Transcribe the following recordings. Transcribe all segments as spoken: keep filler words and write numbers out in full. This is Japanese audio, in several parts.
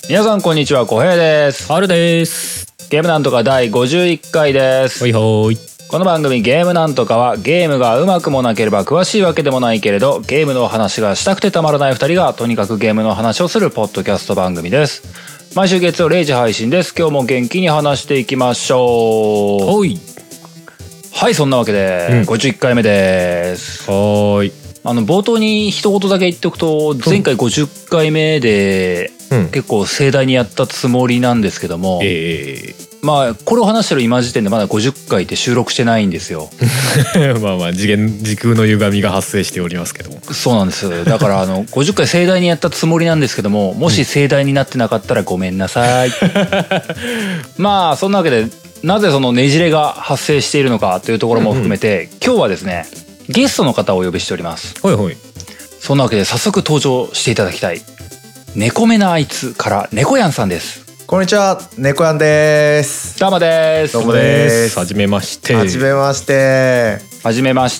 皆さんこんにちは、小平です。 はるです。 ゲームなんとかだいごじゅういっかいです。 ほいほい。 この番組ゲームなんとかは、ゲームがうまくもなければ詳しいわけでもないけれど、ゲームの話がしたくてたまらないふたりがとにかくゲームの話をするポッドキャスト番組です。毎週月曜れいじ配信です。今日も元気に話していきましょう。 ほい。 はい、そんなわけで、うん、ごじゅういっかいめです。 はーい。 あの冒頭に一言だけ言っておくと、前回ごじゅっかいめで、うん、結構盛大にやったつもりなんですけども、えー、まあこれを話してる今時点でまだごじゅっかいって収録してないんですよ。 まあまあ次元時空の歪みが発生しておりますけども。 そうなんです。だからあのごじゅっかい盛大にやったつもりなんですけども、もし盛大になってなかったらごめんなさい。まあそんなわけで、なぜそのねじれが発生しているのかというところも含めて、うんうん、今日はですねゲストの方をお呼びしております。 はいはい。 そんなわけで早速登場していただきたい。猫目なあいつから猫やんさんです。 こんにちは、猫やんです。 どうもです。 どうもです。 はじめまして。 はじめまして。 はじめまして。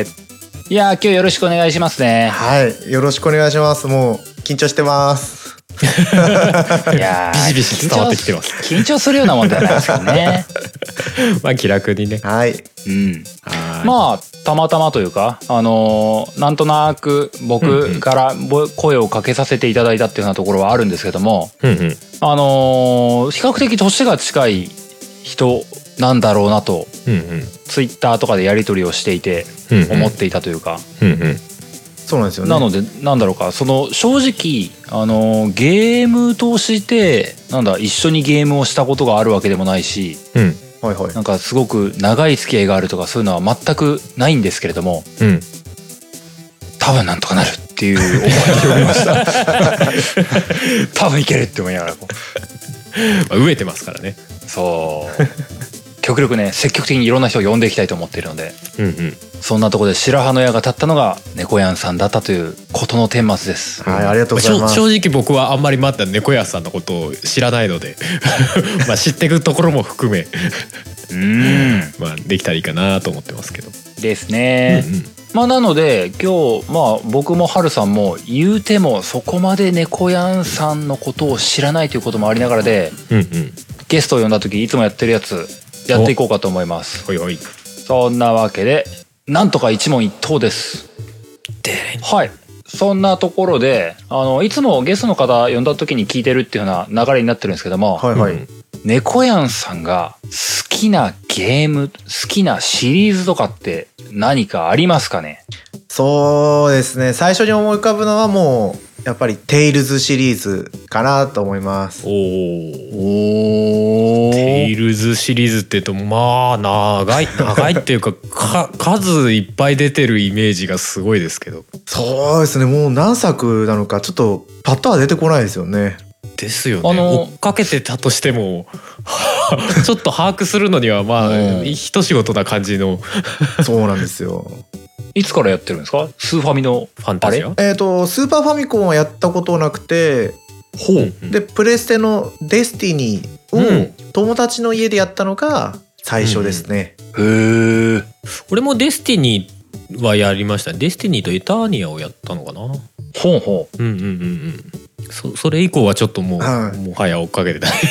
いやー、今日よろしくお願いしますね。 はい、よろしくお願いします。もう緊張してます。 いやビシビシ伝わってきてます。 緊張するようなもんではないですけどね。 まあ気楽にね。 はい。 うん。まあたまたまというか、あのー、なんとなく僕から声をかけさせていただいたっていうようなところはあるんですけども、うんうん、あのー、比較的年が近い人なんだろうなと、うんうん、ツイッターとかでやり取りをしていて思っていたというか。うんうんうんうん、 そうなんですよね。 なのでなんだろうか、その正直あのゲームとしてなんだ一緒にゲームをしたことがあるわけでもないし、うん、はいはい、なんかすごく長い付き合いがあるとかそういうのは全くないんですけれども、うん、多分なんとかなるっていう思いでおりました。多分いけるって思いながらこう飢えてますからね。 そう極力ね積極的にいろんな人を呼んでいきたいと思っているので、うんうん、そんなところで白羽の矢が立ったのが猫やんさんだったということの顛末です。 はい、ありがとうございます。 正直僕はあんまりまだ猫やんさんのことを知らないのでまあ知っていくところも含めうんまあできたらいいかなと思ってますけどですね。うんうん、まあなので今日まあ僕もはるさんも言うてもそこまで猫やんさんのことを知らないということもありながらで、うんうん、ゲストを呼んだ時いつもやってるやつやっていこうかと思います。 ほいほい。 そんなわけでなんとか一問一答です。はい。そんなところであのいつもゲストの方呼んだ時に聞いてるっていうような流れになってるんですけども、はいはい、猫やんさんが好きなゲーム好きなシリーズとかって何かありますかね？ そうですね、最初に思い浮かぶのはもうやっぱりテイルズシリーズかなと思います。 おお。テイルズシリーズって言うとまあ長い長いっていうかか数いっぱい出てるイメージがすごいですけど。 そうですね、もう何作なのかちょっとパッとは出てこないですよね。 ですよね。あの追っかけてたとしてもちょっと把握するのにはまあ、うん、一仕事な感じの。 そうなんですよ。 いつからやってるんですか？スーファミのファンタジア？ えっとスーパーファミコンはやったことなくて、ほうでプレステのデスティニーを友達の家でやったのが最初ですね。 うん、へえ。 俺もデスティニーはやりました。デスティニーとエターニアをやったのかな。ほうほう。 うんうんうんうん。そ, それ以降はちょっともう、はい、もはや追っかけてたい,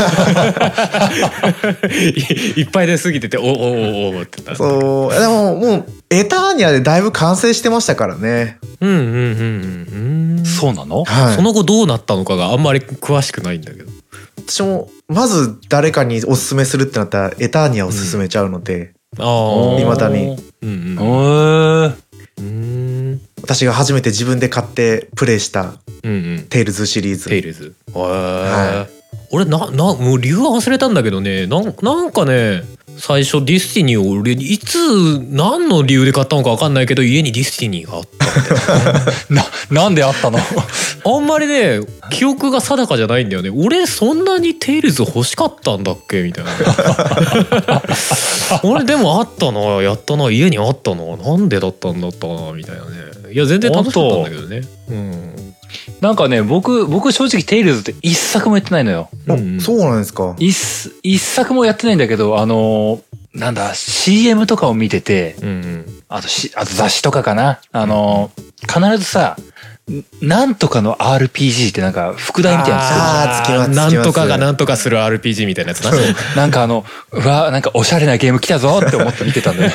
いっぱい出過ぎてておおおおってた。 そうでももうエターニアでだいぶ完成してましたからね。 うんうんうんうん。 そうなの、 はい、その後どうなったのかがあんまり詳しくないんだけど、 私もまず誰かにおすすめするってなったらエターニアを勧めちゃうので、うん、ああ未だに、うんうん、へーうん、私が初めて自分で買ってプレイしたテイルズシリーズ。 テイルズ。はい。俺ななもう理由は忘れたんだけどね、ななんかね最初ディスティニーを俺いつ何の理由で買ったのか分かんないけど家にディスティニーがあったんだよ。ななんであったの？ あんまりね記憶が定かじゃないんだよね。俺そんなにテイルズ欲しかったんだっけみたいな。俺でもあったな、やったな、家にあったな、なんでだったんだったなみたいなね。いや全然楽しかったんだけどね。うん。 なんかね僕僕正直テイルズって一作もやってないのよ。 うん、そうなんですか。 一一作もやってないんだけど、あのー、なんだ シーエム とかを見てて、うんうん、あとしあと雑誌とかかな、あのー、必ずさなんとかの アールピージー ってなんか副題みたいなやつつきます。 なんとかがなんとかする アールピージー みたいなやつな。 なんかあのうわなんかおしゃれなゲーム来たぞって思って見てたんだよね。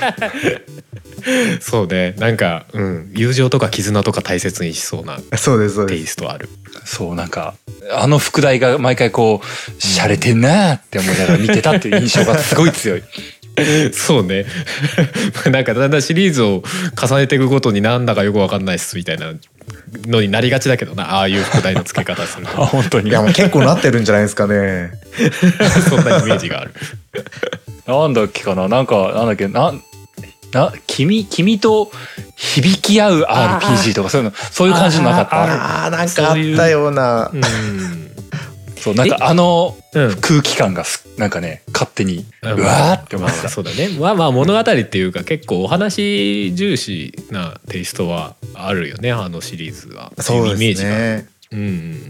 そうね、なんか、うん、友情とか絆とか大切にしそうなそうですそうですテイストある。 そうなんかあの副題が毎回こうしゃれてんなって思いながら見てたっていう印象がすごい強い。 そうね。なんかだんだんシリーズを重ねていくごとになんだかよくわかんないっすみたいなのになりがちだけどな、ああいう副題の付け方すると。 本当に。 いやもう結構なってるんじゃないですかね。 そんなイメージがある。 なんだっけかな、なんかなんだっけな。な君君と響き合う アールピージー とかそういうのそういう感じのなかった。 ああなんかあったような。うんそうなんかあの空気感がなんかね勝手にうわーって思ってた。 そうだね。まあまあ物語っていうか結構お話重視なテイストはあるよね、あのシリーズは。 そうですね。 イメージが。うん、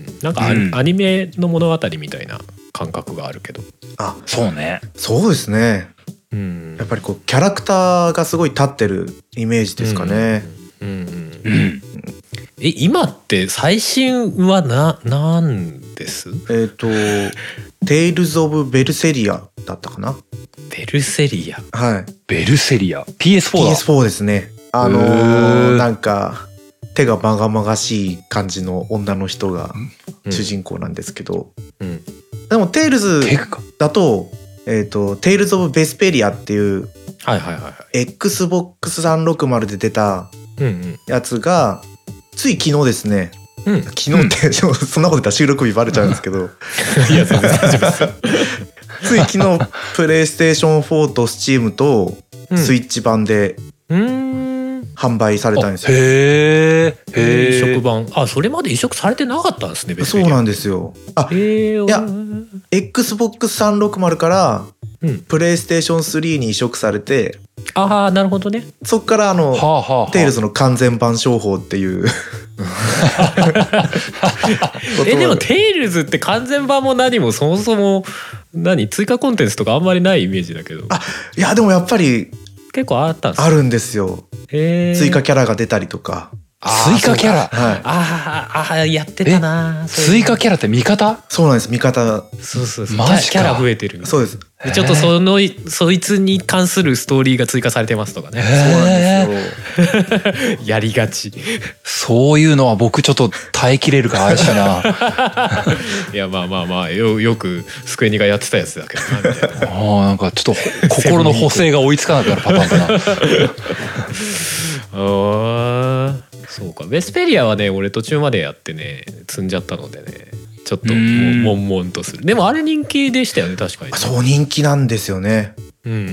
なんかアニ、うん、アニメの物語みたいな感覚があるけど。 あ、そうね。 そうですね。うん、やっぱりこうキャラクターがすごい立ってるイメージですかね。うんうんうんうん、 え今って最新はななんです？ えっとテイルズ・オブ・ベルセリアだったかな。 ベルセリア。 はい。 ベルセリア。ピーエスフォー だ。 ピーエスフォー ですね。あのー、なんか手がまがまがしい感じの女の人が主人公なんですけど、うんうん、でもテイルズだと。えーと、テイルズ・オブ・ベスペリアっていう、 はいはいはいはい、 エックスボックスさんびゃくろくじゅう で出たやつが、つい昨日ですね、うん、昨日って、うん、そんなこと言ったら収録日バレちゃうんですけどいや全然大丈夫ですつい昨日プレイステーションフォーとスチームとスイッチ版で販売されたんですよ。 へえ移植版。あ、それまで移植されてなかったんですね。 ベスペリア。そうなんですよ。あ、いや エックスボックスさんびゃくろくじゅう からプレイステーションスリーに移植されて、 ああなるほどね。 そっからあの、はあはあはあ、テイルズの完全版商法っていうえでもテイルズって完全版も何もそもそも何追加コンテンツとかあんまりないイメージだけど。 あ、いやでもやっぱり結構あったんです。 あるんですよ。 へ追加キャラが出たりとか。 追加キャラ、 はい、 ああやってたな。 追加キャラって味方？ そうなんです、味方。 そうそうそう。 マジか。 キャラ増えてる。 そうです。 でちょっとそのそいつに関するストーリーが追加されてますとかね。 そうなんですよ。 やりがち。 そういうのは僕ちょっと耐えきれるかあれしたな。 いやまあまあまあ よ, よくスクエニがやってたやつだけどなみたいな。 ああなんかちょっと心の補正が追いつかなくなるパターンだな。 ああ。そうか。ベスペリアはね俺途中までやってね積んじゃったのでねちょっとも悶々とする。でもあれ人気でしたよね確かに。 そう人気なんですよね。 うんうんうん。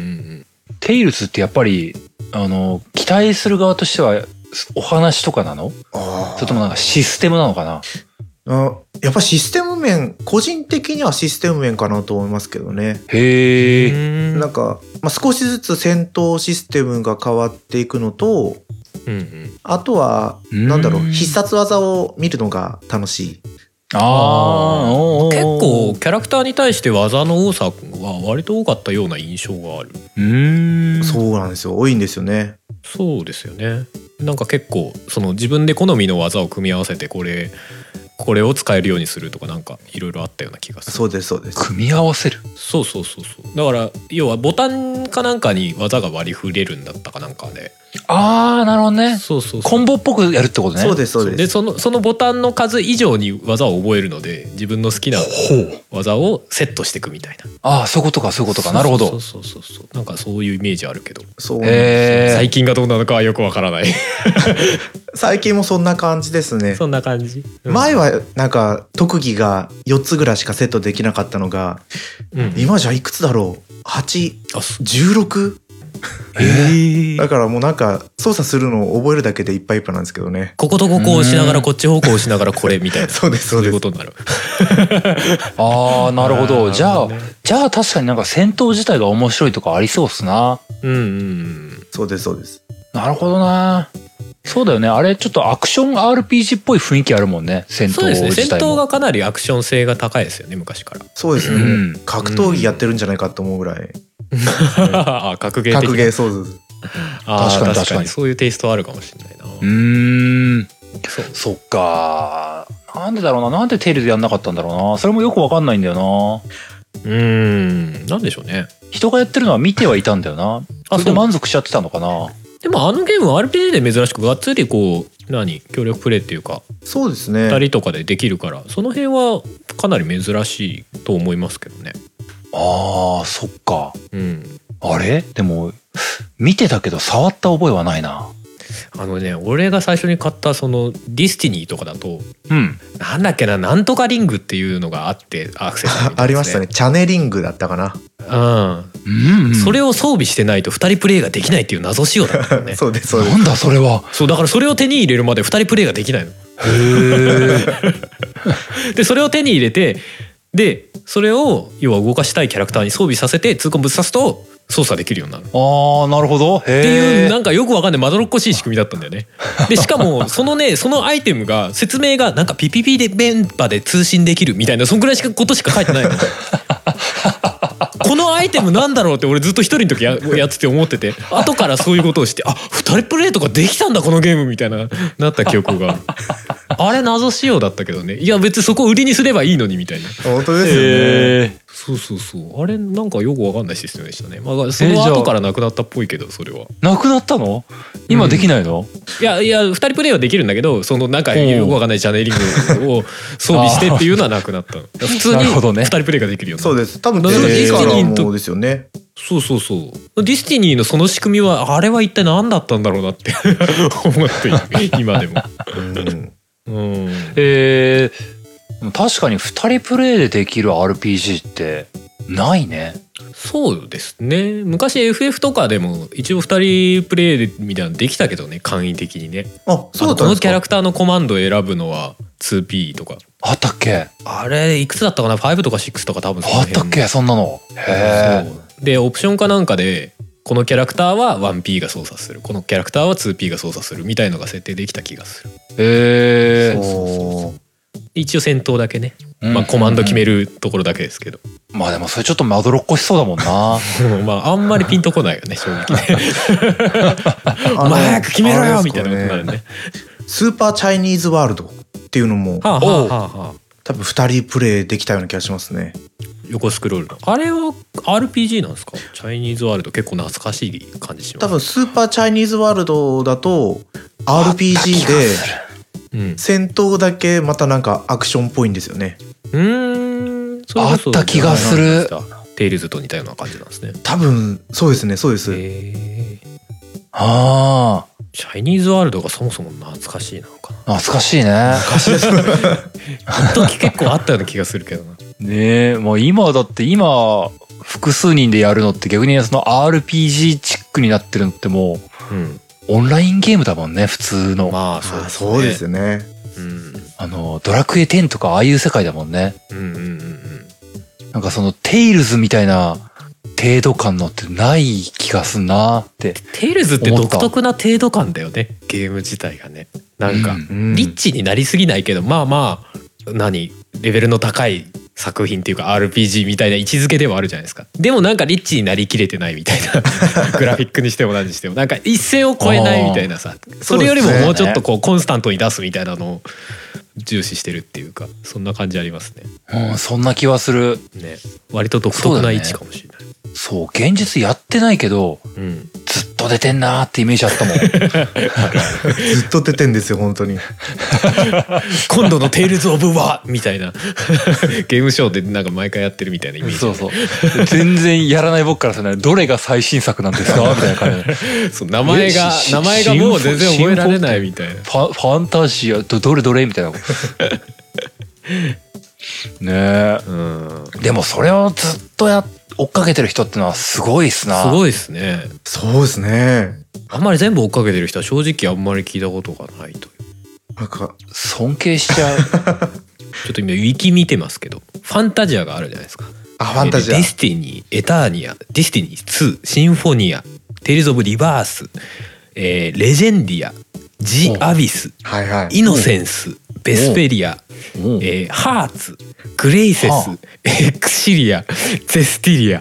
テイルズってやっぱりあの期待する側としてはお話とかなの？それともなんかシステムなのかな？ あやっぱシステム面個人的にはシステム面かなと思いますけどね。 へえ。 なんか、まあ、少しずつ戦闘システムが変わっていくのと。うんうん、あとはなんだろう必殺技を見るのが楽しい。 ああ結構キャラクターに対して技の多さは割と多かったような印象がある。 うーんそうなんですよ、多いんですよね。 そうですよね。なんか結構その自分で好みの技を組み合わせてこれこれを使えるようにするとかなんかいろいろあったような気がする。 そうですそうです。 組み合わせる。 そうそうそうそう。だから要はボタンかなんかに技が割り振れるんだったかなんかで。 ああなるほどね。 そうそうそう。 コンボっぽくやるってことね。 そうですそうです。 でそのそのボタンの数以上に技を覚えるので自分の好きな技をセットしていくみたいな。 ああそういうことかそういうことか。なるほど。 そうそうそうそう。なんかそういうイメージあるけど。 そう。 最近がどうなのかはよくわからない。 最近もそんな感じですね。 そんな感じ。 うん、前はなんか特技がよっつぐらいしかセットできなかったのが、うん、今じゃいくつだろうはち、じゅうろく？ えー、だからもうなんか操作するのを覚えるだけでいっぱいいっぱいなんですけどね。 こことここを押しながらこっち方向を押しながらこれみたいな。 そうですそうです。 そういうことになる。 ああなるほど。じゃあじゃあ確かになんか戦闘自体が面白いとかありそうっすな。 うんうん。 そうですそうです。 なるほどな。そうだよね。あれちょっとアクション アールピージー っぽい雰囲気あるもんね。戦闘自体も。そうですね。戦闘がかなりアクション性が高いですよね昔から。 そうですね。うん、格闘技やってるんじゃないかと思うぐらい。 あ格ゲー的な。 格ゲーそうです。 あ確かに確かにそういうテイストあるかもしれないな。 うーん。 そ, そっかなんでだろうななんでテイルズやんなかったんだろうなそれもよくわかんないんだよなうーんなんでしょうね人がやってるのは見てはいたんだよなあそれで満足しちゃってたのかなでもあのゲームは アールピージー で珍しくがっつりこう何協力プレイっていうかそうですねふたりとかでできるからその辺はかなり珍しいと思いますけどねあーそっかうんあれでも見てたけど触った覚えはないなあのね俺が最初に買ったそのディスティニーとかだと、 うん、 なんだっけななんとかリングっていうのがあってアクセサリー、ね、 ありましたねチャネリングだったかなうん、うんうん、それを装備してないとふたりプレイができないっていう謎仕様だったよねそうですそうですなんだそれはそうだからそれを手に入れるまでふたりプレイができないのへえでそれを手に入れてでそれを要は動かしたいキャラクターに装備させて痛恨ぶっ刺すと操作できるようになる。 ああなるほど。へーっていうなんかよくわかんないまどろっこしい仕組みだったんだよね。でしかもそのねそのアイテムが説明がなんかピピピで電波で通信できるみたいなそんくらいしかことしか書いてないの。このアイテムなんだろうって俺ずっと一人の時 や, やってて思ってて後からそういうことをしてあふたりプレイとかできたんだこのゲームみたいななった記憶がある。あれ謎仕様だったけどねいや別にそこ売りにすればいいのにみたいな。 本当ですよね、 えー、そうそうそうあれなんかよくわかんないシステムでしたね、まあ、その後からなくなったっぽいけどそれはなくなったの今できないの、 うん、いやいやふたりプレイはできるんだけどそのなんかよくわかんないチャネリングを装備してっていうのはなくなったの普通にふたりプレイができるようになった。 そうです多分ディスティニーもですよね。 そうそうそうディスティニーのその仕組みはあれは一体何だったんだろうなって思って今でもうんうん、えー、確かにふたりプレイでできる アールピージー ってないね。 そうですね昔 エフエフ とかでも一応ふたりプレイみたいなのできたけどね簡易的にね。 あそうだったんですか。 このキャラクターのコマンドを選ぶのは ツーピー とかあったっけ。 あれいくつだったかなごとかろくとか多分そのあったっけそんなの。へえ。 でオプションかなんかでこのキャラクターは ワンピー が操作するこのキャラクターは ツーピー が操作するみたいのが設定できた気がする。 へえ。 そうそうそう一応戦闘だけね、まあ、コマンド決めるところだけですけど、 うん、まあでもそれちょっとまどろっこしそうだもんなまああんまりピンとこないよね正直ねお前早く決めろよみたいなことになるね。 スーパーチャイニーズワールドっていうのも、はあはあはあ、多分ふたりプレイできたような気がしますね。 横スクロールのあれは アールピージー なんですか。チャイニーズワールド結構懐かしい感じします。 多分スーパーチャイニーズワールドだと アールピージー で戦闘だけまたなんかアクションっぽいんですよね。 うーんそれあった気がする。 テイルズと似たような感じなんですね。 多分そうですねそうです。へえ。 ああチャイニーズワールドがそもそも懐かしいなのかな。 懐かしいね。 昔です。 時結構あったような気がするけどな。 ねえもう今だって今複数人でやるのって逆にその アールピージー チックになってるのってもう、うん、オンラインゲームだもんね普通の。 まあそうですね。 そうですよね。 うん、あのドラクエテンとかああいう世界だもんね。うんうんうんうん。なんかそのテイルズみたいな程度感のってない気がすんなって。 テイルズって独特な程度感だよねゲーム自体がね。なんか、うん、リッチになりすぎないけどまあまあ何レベルの高い作品っていうか アールピージー みたいな位置づけではあるじゃないですか。でもなんかリッチになりきれてないみたいなグラフィックにしても何にしてもなんか一線を越えないみたいなさそれよりももうちょっとこうコンスタントに出すみたいなのを重視してるっていうかそんな感じありますね。 うんそんな気はするね。 割と独特な位置かもしれない。 そう、現実やってないけど、うん、ずっと出てんなーってイメージあったもん。 ずっと出てんですよ本当に。 今度のテイルズオブワーみたいなゲームショーでなんか毎回やってるみたいなイメージ。 そうそう。全然やらない僕からするとどれが最新作なんですかみたいな感じ。 そう名前が名前がもう全然覚えられないみたいな。 ファファンタジアどどれどれみたいな。ねえ、うん、でもそれをずっとや追っかけてる人ってのはすごいっすな。 すごいっすね。 そうですね。 あんまり全部追っかけてる人は正直あんまり聞いたことがないという。 なんか尊敬しちゃう。ちょっと今ウィキ見てますけどファンタジアがあるじゃないですか。 あファンタジア。 ディスティニー、エターニア、ディスティニーツー、シンフォニア、テイルズ・オブ・リバース、えー、レジェンディア、ジ・アビス、はいはい、イノセンス、ベスペリア、 えー、ハーツ、グレイセス、はあ、エクシリア、ゼスティリア。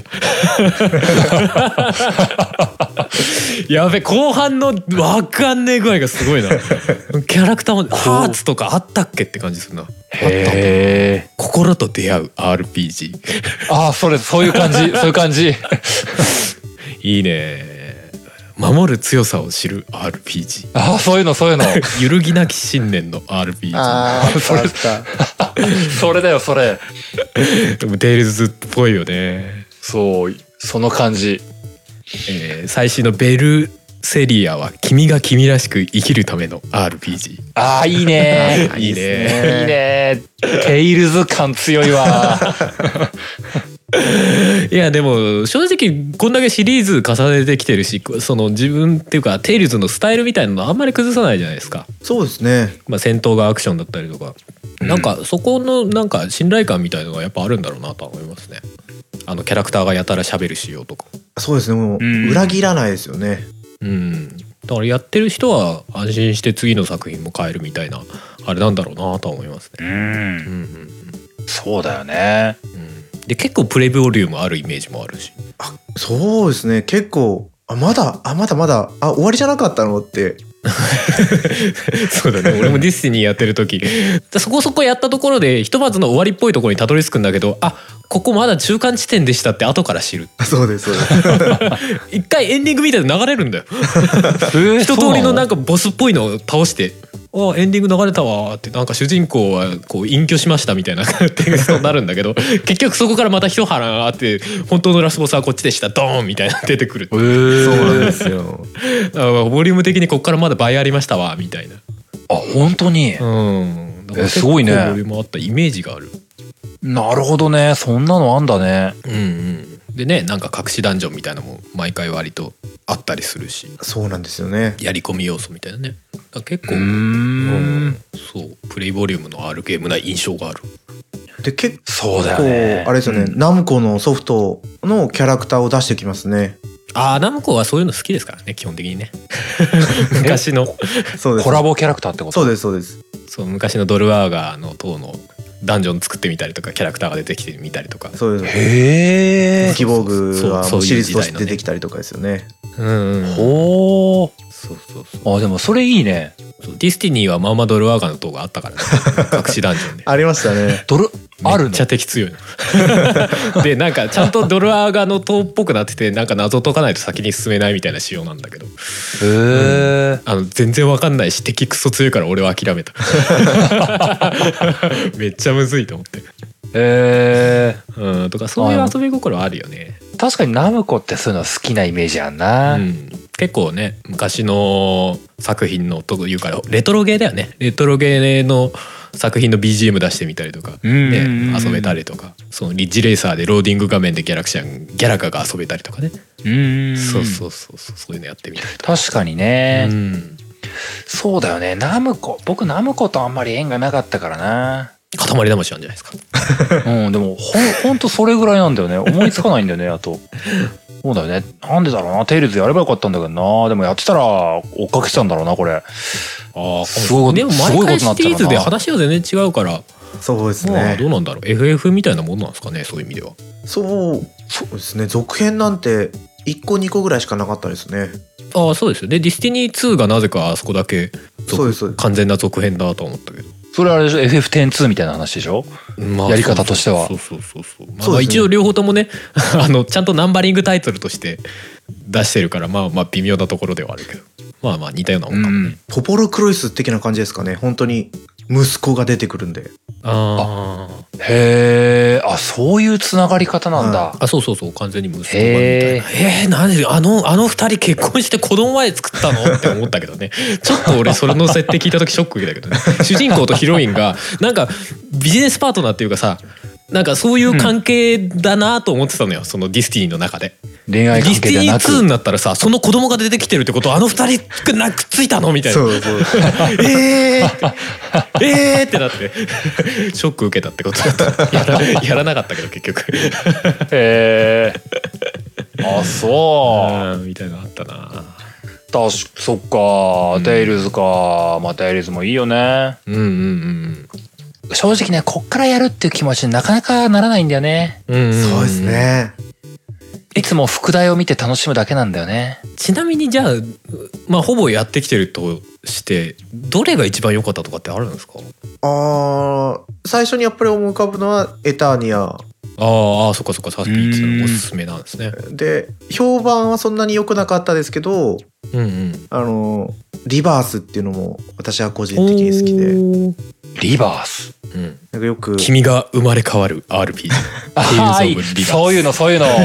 やべ、後半のわかんねえ具合がすごいな。キャラクターもハーツとかあったっけって感じするな。 へえ。 心と出会う アールピージー。 ああ、それそういう感じ、そういう感じ。 いいね。守る強さを知る アールピージー。 ああ、そういうのそういうの。 揺るぎなき信念の アールピージー。 ああ、それそれだよそれ。 でもテイルズっぽいよね。 そうその感じ。 えー、最新のベルセリアは君が君らしく生きるための アールピージー。 ああ、いいね。 いいね。いいね。テイルズ感強いわ。 いやでも正直こんだけシリーズ重ねてきてるし、その自分っていうかテイルズのスタイルみたいなのあんまり崩さないじゃないですか。 そうですね。 まあ戦闘がアクションだったりとか、うん、なんかそこのなんか信頼感みたいのがやっぱあるんだろうなとは思いますね。あのキャラクターがやたら喋る仕様とか。 そうですね。もう裏切らないですよね。 うん。だからやってる人は安心して次の作品も買えるみたいなあれなんだろうなとは思いますね。うん。うんうんうん、 そうだよね。 うんで結構プレイボリュームあるイメージもあるし。 あ、そうですね。結構あまだあまだまだあ終わりじゃなかったのってそうだね。俺もディスティニーやってる時そこそこやったところでひとまずの終わりっぽいところにたどり着くんだけど、あここまだ中間地点でしたって後から知る。 そうですそうです一回エンディングみたいなの流れるんだよ。一通りのなんかボスっぽいのを倒して、あエンディング流れたわってなんか主人公はこう隠居しましたみたいなテクストになるんだけど結局そこからまた一腹あって本当のラスボスはこっちでしたドーンみたいな出てくる。 へーそうなんですよ。 ボリューム的にここからまだ倍ありましたわみたいな。 あ本当に。 うん。だからすごいね。 ボリュームあったイメージがある。 なるほどね。そんなのあんだね。 うんうん。でねなんか隠しダンジョンみたいなのも毎回割とあったりするし。 そうなんですよね。 やり込み要素みたいなね。だ結構うーん、 うん、そうプレイボリュームのあるゲームな印象がある。 で結構そうだよね。 あれですよね、うん、ナムコのソフトのキャラクターを出してきますね。 ああナムコはそういうの好きですからね基本的にね。昔のそうですコラボキャラクターってこと。 そうですそうです。 そう昔のドルアーガーの塔のダンジョン作ってみたりとかキャラクターが出てきてみたりとか。 そうです。 へえ。 キボーグはもうシリーズとして出てきたりとかですよね。 うん、うん、 ほー。 そうそうそう。 あでもそれいいね。 ディスティニーはまんまドルアーガーの塔があったからね。隠しダンジョンで。 ありましたね。 ドルあるのめっちゃ敵強いの。でなんかちゃんとドルアーガーの塔っぽくなっててなんか謎解かないと先に進めないみたいな仕様なんだけど。へえ、うん。 あの全然わかんないし敵クソ強いから俺は諦めた。めっちゃむずいと思って。 へえ、 うんとかそういう遊び心はあるよね。 確かにナムコってそういうの好きなイメージあんな。うん、 結構ね昔の作品のというかレトロゲーだよね。レトロゲーの作品の ビージーエム 出してみたりとか、ね、遊べたりとか、そのリッジレーサーでローディング画面でギャラクシャンギャラカが遊べたりとかね。うんそうそうそうそうそういうのやってみたりとか。 確かにね。うんそうだよね。ナムコ僕ナムコとあんまり縁がなかったからな。 塊魂なんじゃないですか。 うんでもほんほんとそれぐらいなんだよね。思いつかないんだよね。あとそうだよね。なんでだろうな。テイルズやればよかったんだけどな。でもやってたら追っかけてたんだろうなこれ。 ああすごい。でも毎回シリーズで話は全然違うから。 そうですね。 まあどうなんだろう。エフエフ みたいなもんなんですかね。そういう意味では。 そうそうですね。続編なんていっこにこぐらいしかなかったですね。 ああそうですよ。でディスティニーツーがなぜかあそこだけそうです完全な続編だと思ったけど。 それあれでしょ エフエフテンツー みたいな話でしょ、まあ、やり方としては。 そうそうそうそう。まあ、まあ一応両方ともねあのちゃんとナンバリングタイトルとして出してるからまあまあ微妙なところではあるけどまあまあ似たようなもんかもね、うん、 ポポロクロイス的な感じですかね。本当に息子が出てくるんで。 ああへえ、あそういうつながり方なんだ。 あそうそうそう完全に息子がみたいな。えー、なんであのあの二人結婚して子供まで作ったのって思ったけどね。ちょっと俺それの設定聞いた時ショック受けたけどね。主人公とヒロインがなんかビジネスパートナーっていうかさなんかそういう関係だなと思ってたのよ、うん、そのディスティニーの中で。 恋愛関係じゃなくディスティニーツーになったらさその子供が出てきてるってことはあの二人がくっついたのみたいな。 そうそうえーってえーってなってショック受けたってことだったやらやらなかったけど結局へえあそうみたいなのあったな。 確かそっか、うん、テイルズか。まあテイルズもいいよね。 うんうんうん正直ねこっからやるっていう気持ちになかなかならないんだよね。 うん、そうですね。 いつも副題を見て楽しむだけなんだよね。 ちなみにじゃあまあほぼやってきてるとしてどれが一番良かったとかってあるんですか？ あ最初にやっぱり思い浮かぶのはエターニア。 ああそっかそっかさっき言ってたのおすすめなんですね。 で評判はそんなに良くなかったですけど、 うんうん、 あのリバースっていうのも私は個人的に好きで。 リバース、 うん、なんかよく君が生まれ変わる アールピージーはい、そういうのそういうの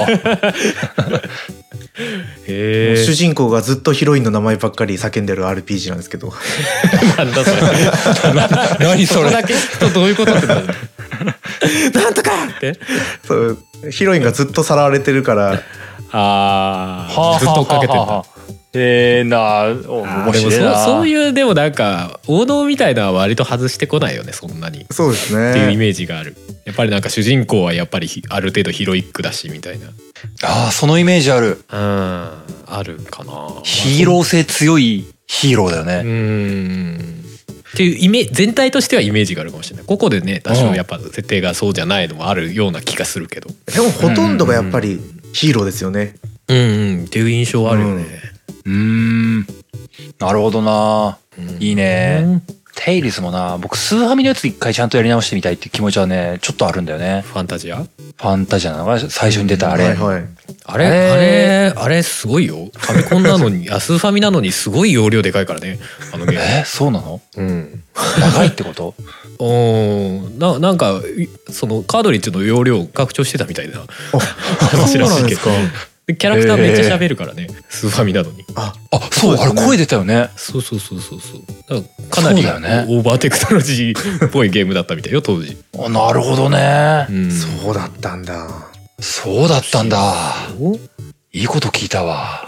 へ主人公がずっとヒロインの名前ばっかり叫んでる アールピージー なんですけどなんだそれ何それそこだけ聞くとどういうことってなるなんとかってそうヒロインがずっとさらわれてるからあずっと追っかけてるんだ。 えー、な面白いな。 そう、そういうでもなんか王道みたいなのは割と外してこないよねそんなに。 そうですねっていうイメージがある。やっぱりなんか主人公はやっぱりある程度ヒロイックだしみたいな。 ああそのイメージある。 うんあるかな。 ヒーロー性強いヒーローだよね。 うんっていうイメ全体としてはイメージがあるかもしれない。ここでね多少やっぱ設定がそうじゃないのもあるような気がするけど。 でもほとんどがやっぱりヒーローですよね。 うんうんっていう印象はあるよね。 うん、うーんなるほどな、うん、いいね。テイルズもな僕スーファミのやつ一回ちゃんとやり直してみたいっていう気持ちはねちょっとあるんだよね。 ファンタジアファンタジアなのが最初に出たあれ、 うんはいはい、あれあれあれすごいよ。ファミコンなのにあスーファミなのにすごい容量でかいからねあのゲーム。 えそうなの？ うん長いってこと？ おななんかそのカードリッジの容量拡張してたみたいな話らしいけど。キャラクターめっちゃ喋るからね、スーファミなのに。 あ、あ、そう、あれ声出たよね。 そうそうそうそうそう。だからかなりオーバーテクノロジーっぽいゲームだったみたいよ当時。 あ、なるほどね、 うん。そうだったんだ。 そうだったんだ。いいこと聞いたわ。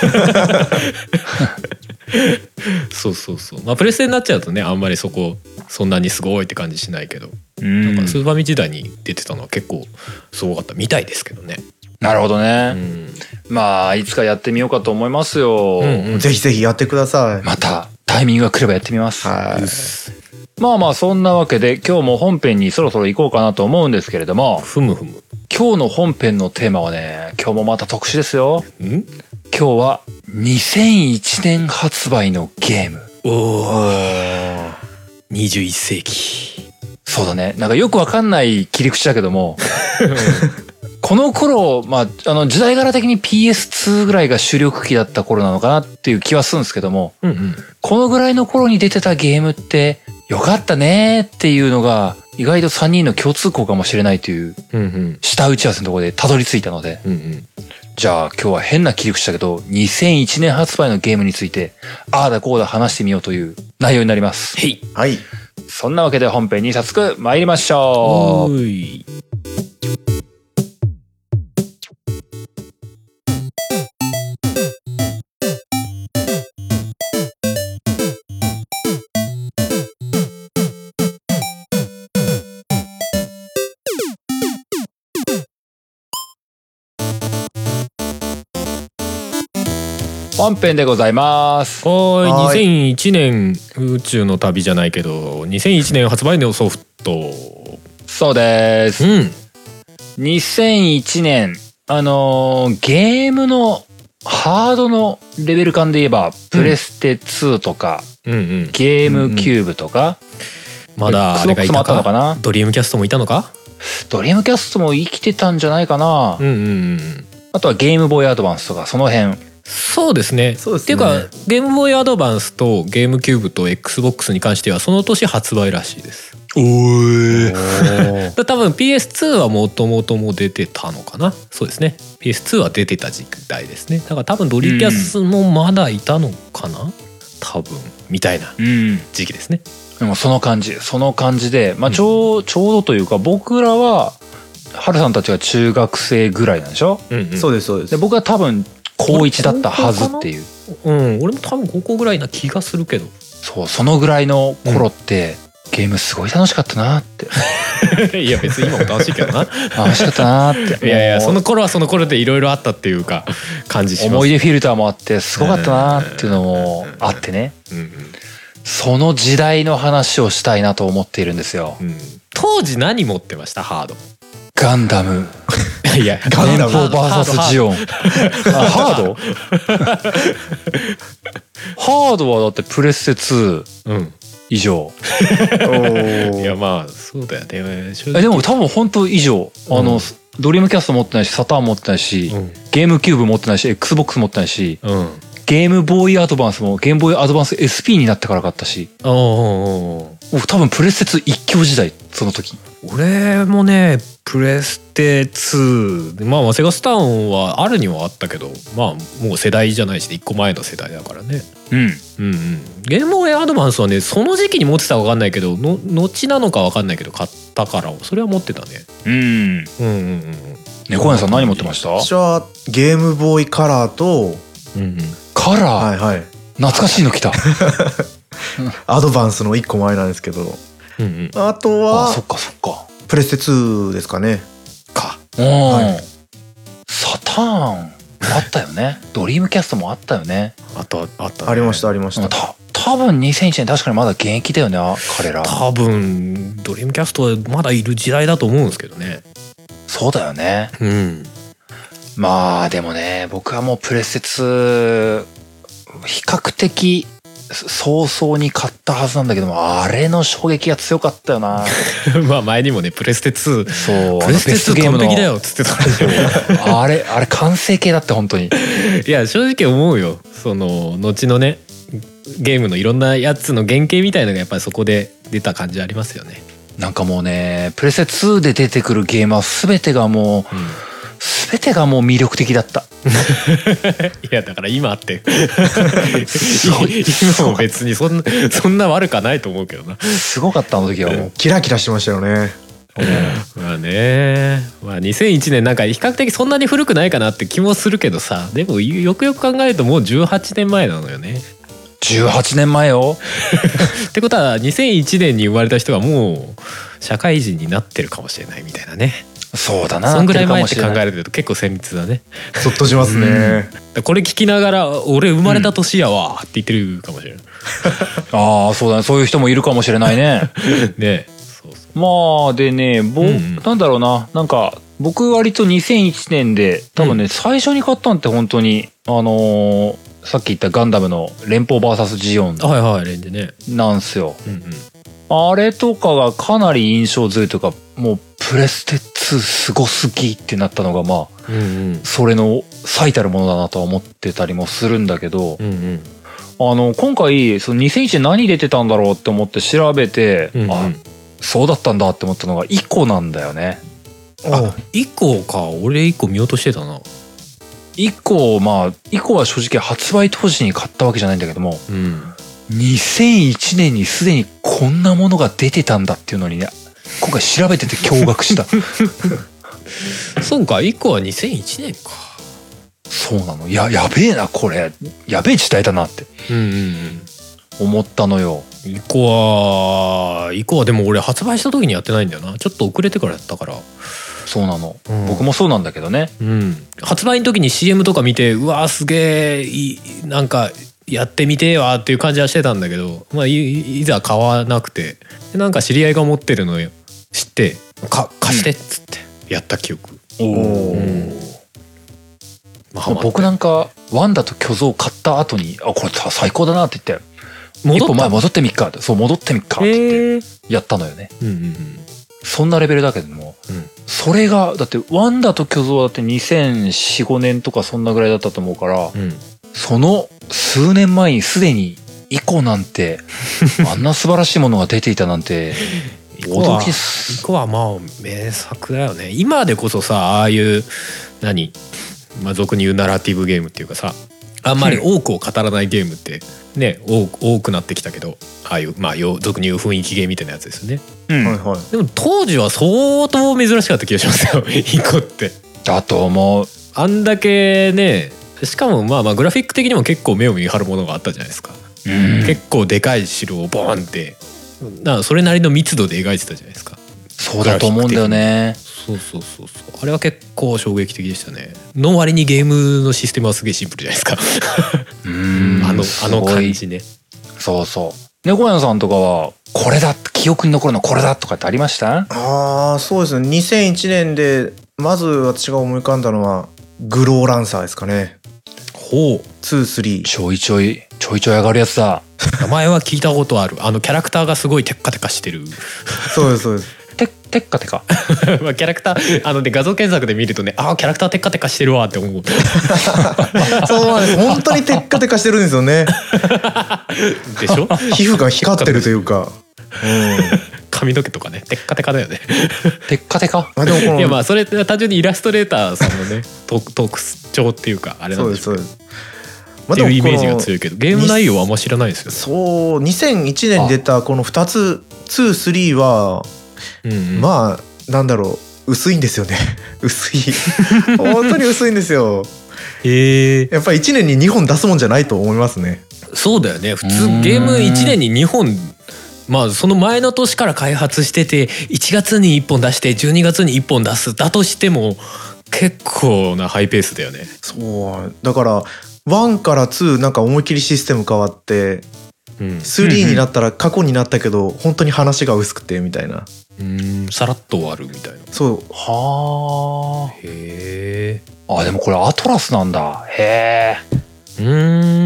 そうそうそう。まあプレステになっちゃうとね、あんまりそこそんなにすごいって感じしないけど、なんかスーファミ時代に出てたのは結構すごかったみたいですけどね。 なるほどね、うん、まあいつかやってみようかと思いますよ、 うんうん、ぜひぜひやってください。 またタイミングが来ればやってみます。 はい。 まあまあそんなわけで今日も本編にそろそろ行こうかなと思うんですけれども、 ふむふむ今日の本編のテーマはね今日もまた特殊ですよ。ん今日はにせんいちねん発売のゲーム。 おーにじゅういっせいき。 そうだね、なんかよくわかんない切り口だけどもこの頃、まあ、あの時代柄的に ピーエスツー ぐらいが主力機だった頃なのかなっていう気はするんですけども、うんうん、このぐらいの頃に出てたゲームってよかったねっていうのが意外とさんにんの共通項かもしれないという下打ち合わせのところでたどり着いたので、うんうん、じゃあ今日は変な切り口だけどにせんいちねん発売のゲームについてああだこうだ話してみようという内容になります。 へい、 はい、 そんなわけで本編に早速参りましょう。おい本編でございます。 はい、にせんいちねん宇宙の旅じゃないけどにせんいちねん発売のソフト。 そうです、うん、にせんいちねんあのー、ゲームのハードのレベル感で言えばプレステツーとか、うんうんうん、ゲームキューブとか、 うんうん、まだあれがいたかな。ドリームキャストもいたのか。 ドリームキャストも生きてたんじゃないかな、うんうんうん、あとはゲームボーイアドバンスとかその辺。 そうですね。 そうですね。 っていうかゲームボーイアドバンスとゲームキューブと エックスボックス に関してはその年発売らしいです。 おー多分 ピーエスツー はもともとも出てたのかな。そうですね ピーエスツー は出てた時代ですね。だから多分ドリキャスもまだいたのかな、うん、多分みたいな時期ですね、 うん、でもその感じその感じで、まあ、ちょう、うん、ちょうどというか僕らはハルさんたちが中学生ぐらいなんでしょ、 うんうん、そうですそうです。 で僕は多分高いちだったはずっていう。 うん、俺も多分高校ぐらいな気がするけど。 そうそのぐらいの頃って、うん、ゲームすごい楽しかったなっていや別に今も楽しいけどな楽しかったなっていやいやその頃はその頃でいろいろあったっていうか感じします。 思い出フィルターもあってすごかったなっていうのもあってね、うんうん、 その時代の話をしたいなと思っているんですよ、うん、 当時何持ってました？ハード。 ガンダム。 いやガンダム バーサス ジオン。ハードハードはだってプレステツー以上、 うん、いやまあそうだよね。 えでも多分本当以上、うん、あのドリームキャスト持ってないし、サターン持ってないし、うん、ゲームキューブ持ってないし、 XBOX 持ってないし、うん、ゲームボーイアドバンスもゲームボーイアドバンス エスピー になってから買ったし、おおお多分プレステツー一強時代その時。 俺もねプレステツー、まあセガスターンはあるにはあったけど、まあもう世代じゃないしいっこまえの世代だからね、うん、うんうんゲームボーイアドバンスはねその時期に持ってたか分かんないけどの後なのか分かんないけど買ったからそれは持ってたね。うんうんうんうん猫屋さん何持ってました？ 私はゲームボーイカラーと、 うんうん、カラー、はいはい、懐かしいの来たアドバンスのいっこまえなんですけど、うんうん、あとはあそっかそっかプレステツーですかね。 か、はい、サターンあったよねドリームキャストもあったよね。 あったあった、ね、 ありましたありました。 た多分にせんいちねん確かにまだ現役だよね彼ら。 多分ドリームキャストはまだいる時代だと思うんですけどね。 そうだよね。うん。まあでもね僕はもうプレステツー比較的早々に買ったはずなんだけども、あれの衝撃が強かったよなまあ前にもねプレステツーそうプレステツー完璧だよっつってたあれあれ完成形だって本当にいや正直思うよ。その後のねゲームのいろんなやつの原型みたいのがやっぱりそこで出た感じありますよね。 なんかもうねプレステツーで出てくるゲームは全てがもう、うん全てがもう魅力的だったいやだから今って今も別にそんなそんな悪くはないと思うけどな。 すごかったあの時はもうキラキラしてましたよねまあねまあにせんいちねんなんか比較的そんなに古くないかなって気もするけどさ、でもよくよく考えるともうじゅうはちねんまえなのよね。 じゅうはちねんまえよってことはにせんいちねんに生まれた人がもう社会人になってるかもしれないみたいなね。 そうだな。 そんぐらい前って考えると結構精密だね。 そっとしますね。 うん、これ聞きながら俺生まれた年やわって言ってるかもしれない。 うん、ああそうだね。そういう人もいるかもしれないね。 ね。 そうそうまあでね、ぼ、うんうん、なんだろうな、なんか僕割とにせんいちねんで多分ね、うん、最初に買ったんって本当にあのー、さっき言ったガンダムの連邦 ブイエス ジオンはいはいレンジねなんすよ。うんうんあれとかがかなり印象強いというかもうプレステツーすごすぎってなったのがまあ、うんうん、それの最たるものだなとは思ってたりもするんだけど、うんうん、あの今回そのにせんいちねん何出てたんだろうって思って調べて、うんうん、あそうだったんだって思ったのがイコなんだよね。 あイコか俺イコ見落としてたな。 イコまあイコは正直発売当時に買ったわけじゃないんだけども、うんにせんいちねんにすでにこんなものが出てたんだっていうのにね今回調べてて驚愕したそうかイコはにせんいちねんか。 そうなのややべえなこれやべえ時代だなって思ったのよ。 イコはイコはでも俺発売した時にやってないんだよな。ちょっと遅れてからやったから。 そうなの、うん、僕もそうなんだけどね、うん、 発売の時に シーエム とか見てうわーすげえいなんかやってみてわっていう感じはしてたんだけど、まあ、い, いざ買わなくてなんか知り合いが持ってるのよ知ってか貸してっつってやった記憶、うん、お、うんまあ、僕なんかワンダと巨像買った後にあこれ最高だなって言って一歩前戻ってみっかそう戻ってみっかって言ってやったのよね、うんうんうん、そんなレベルだけども、うん、それがだってワンダと巨像だってにせんよん、ごねんとかそんなぐらいだったと思うから、うん、その数年前にすでにイコなんてあんな素晴らしいものが出ていたなんて驚きです。 イコはまあ名作だよね。今でこそさああいう何、まあ、俗に言うナラティブゲームっていうかさあんまり多くを語らないゲームってね、うん、多くなってきたけどああいうまあ俗に言う雰囲気ゲームみたいなやつですよね、うんはいはい、でも当時は相当珍しかった気がしますよイコって。 だと思う。 あんだけねしかもまあまあグラフィック的にも結構目を見張るものがあったじゃないですか、うん、結構でかい城をボーンってなそれなりの密度で描いてたじゃないですか。 そうだと思うんだよね。 そうそうそうそうあれは結構衝撃的でしたね。の割にゲームのシステムはすげえシンプルじゃないですかうんあのあの感じね。 そうそう猫屋さんとかはこれだ記憶に残るのこれだとかってありました？ ああそうですね。にせんいちねんでまず私が思い浮かんだのはグローランサーですかね。 ほう。 ツー、スリー。 ちょいちょいちょいちょい上がるやつだ。 名前は聞いたことある。あのキャラクターがすごいテッカテカしてる。 そうですそうです。 てテッカテカ。 まあキャラクターあのね画像検索で見るとね、ああキャラクターテッカテカしてるわって思う。 そうなんです。本当にテッカテカしてるんですよね。 でしょ？ 皮膚が光ってるというか。うん。 髪の毛とかねテッカテカだよね。 テッカテカ。 あでもこのいやまあそれ単純にイラストレーターさんのね特特徴っていうかあれなんですけど。そうですそうです。まあ、っていうイメージが強いけどゲーム内容はあんま知らないですよね。 そうにせんいちねんに出たこのふたつツー、スリーは、うんうん、まあなんだろう薄いんですよね。薄い本当に薄いんですよ。へえ。やっぱりいちねんににほん出すもんじゃないと思いますね。 そうだよね。普通ゲームいちねんににほん、まあその前の年から開発してていちがつにいっぽん出してじゅうにがつにいっぽん出すだとしても結構なハイペースだよね。 そうだからワンからツーなんか思いっきりシステム変わって、うん、スリーになったら過去になったけど本当に話が薄くてみたいな。 うん、さらっと終わるみたいな。 そう。 はあ。 へえ。 あでもこれアトラスなんだ。へえ。 うん。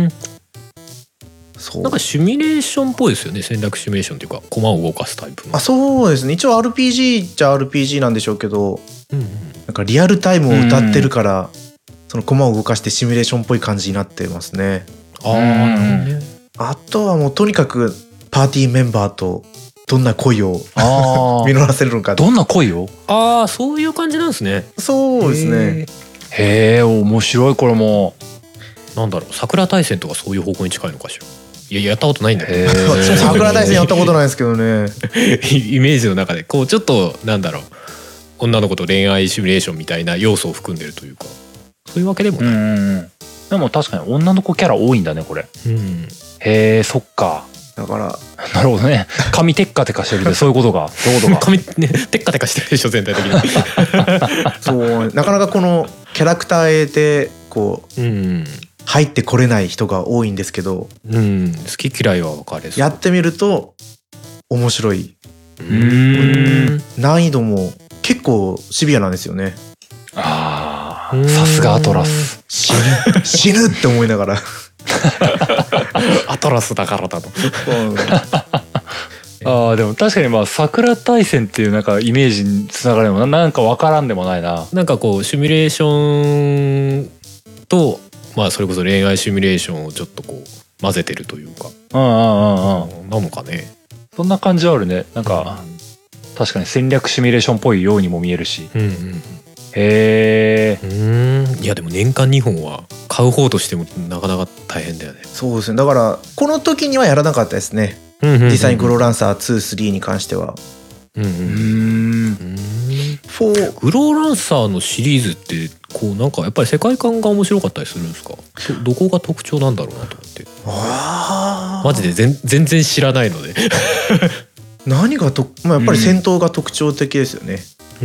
そう。なんかシミュレーションっぽいですよね。戦略シミュレーションっていうか駒を動かすタイプの。 あそうですね。一応 アールピージー っちゃ アールピージー なんでしょうけど、うんうん、なんかリアルタイムを歌ってるから、うん、その駒を動かしてシミュレーションっぽい感じになってますね。 ああ、なるほどね。 あとはもうとにかくパーティーメンバーとどんな恋を実らせるのか。 どんな恋を？ ああそういう感じなんですね。 そうですね。 へえ面白い。これもなんだろう桜大戦とかそういう方向に近いのかしら。いややったことないんだけど。 桜大戦やったことないですけどね。 イメージの中でこうちょっとなんだろう女の子と恋愛シミュレーションみたいな要素を含んでるというかそういうわけでもない。うんでも確かに女の子キャラ多いんだねこれ。うん、へえそっか。 だからなるほどね。髪テッカテカしてるんでそういうことか。そういうことか。 髪ねテッカテカしてるでしょ全体的に。 そうなかなかこのキャラクターでこう、うん、入ってこれない人が多いんですけど、 うん、好き嫌いは分かれそう。 やってみると面白い。うーん難易度も結構シビアなんですよね。 ああさすがアトラス。 死ぬ死ぬって思いながら。 アトラスだからだと。 ああでも確かにまあ桜大戦っていうなんかイメージにつながるのもなんか分からんでもないな。 なんかこうシミュレーションとまあそれこそ恋愛シミュレーションをちょっとこう混ぜてるというか。 うんうんうんうん。 なのかね。 そんな感じはあるね。なんか、うん、確かに戦略シミュレーションっぽいようにも見えるし。うんうんうん、へえ。 うんいやでも年間にほんは買う方としてもなかなか大変だよね。 そうですね。だからこの時にはやらなかったですね。うんうんうんうん、実際にグローランサーツー、スリーに関しては。うんうんうん。 グローランサーのシリーズってこうなんかやっぱり世界観が面白かったりするんですか？ど, どこが特徴なんだろうなと思って。あマジで全全然知らないので。 何がと、まあ、やっぱり戦闘が特徴的ですよね。うん、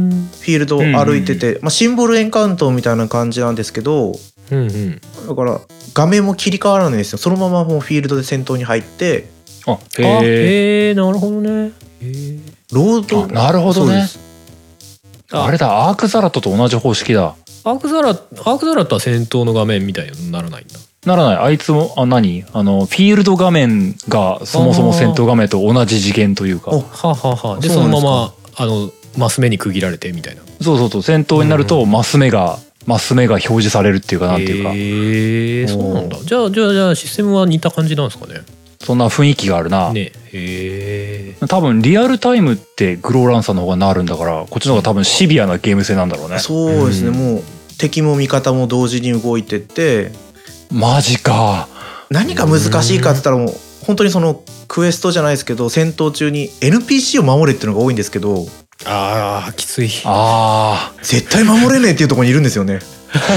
フィールドを歩いてて、うんうんまあ、シンボルエンカウントみたいな感じなんですけど、うんうん、だから画面も切り替わらないですよ。そのままもうフィールドで戦闘に入って。 あへえなるほどね。 へロードなるほどね。あ, あれだアークザラットと同じ方式だ。 アークザラアークザラットは戦闘の画面みたいにならないんだ。 ならない。あいつもあ何あのフィールド画面がそもそも戦闘画面と同じ次元というか。はあ、はあはあ、でそのままあのマス目に区切られてみたいな。 そうそうそう戦闘になるとマス目がマス目が表示されるっていうかなんていうか。 へえそうなんだ。じゃあじゃあじゃあシステムは似た感じなんですかね。 そんな雰囲気があるな。ねへえ。多分リアルタイムってグローランサーの方がなるんだからこっちの方が多分シビアなゲーム性なんだろうね。 そうですね、うん、もう敵も味方も同時に動いてってマジか。 何が難しいかって言ったらもう本当にそのクエストじゃないですけど戦闘中に エヌピーシー を守れっていうのが多いんですけどあーきつい。 あー絶対守れねえっていうところにいるんですよね。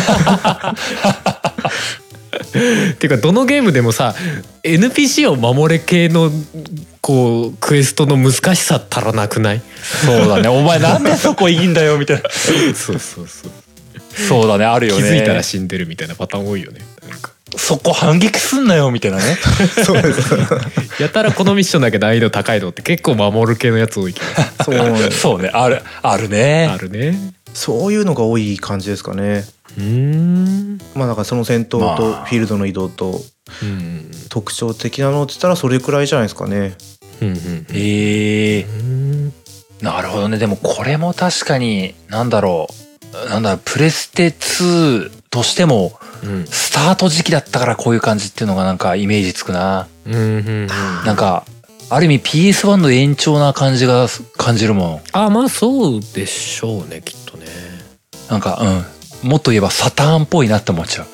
っていうかどのゲームでもさ エヌピーシー を守れ系のこうクエストの難しさったらなくない？ そうだねお前なんでそこいいんだよみたいな。 そうそうそうそうだねあるよね。 気づいたら死んでるみたいなパターン多いよね。なんかそこ反撃すんなよみたいなね。 そうですやたらこのミッションだけ難易度高いのって結構守る系のやつ多いけど。 そうそうね、あるあるねあるね。 そういうのが多い感じですかね。 うーん。 まあだからその戦闘とフィールドの移動と特徴的なのって言ったらそれくらいじゃないですかね。 うんうん、 へえー、なるほどね。でもこれも確かになんだろう、なんだろう、プレステツーとしてもスタート時期だったからこういう感じっていうのがなんかイメージつくな。 うんうんうん、 なんかある意味 ピーエスワン の延長な感じが感じるもん。 あ、まあそうでしょうね、きっとね。 なんかうんもっと言えばサターンっぽいなって思っちゃう。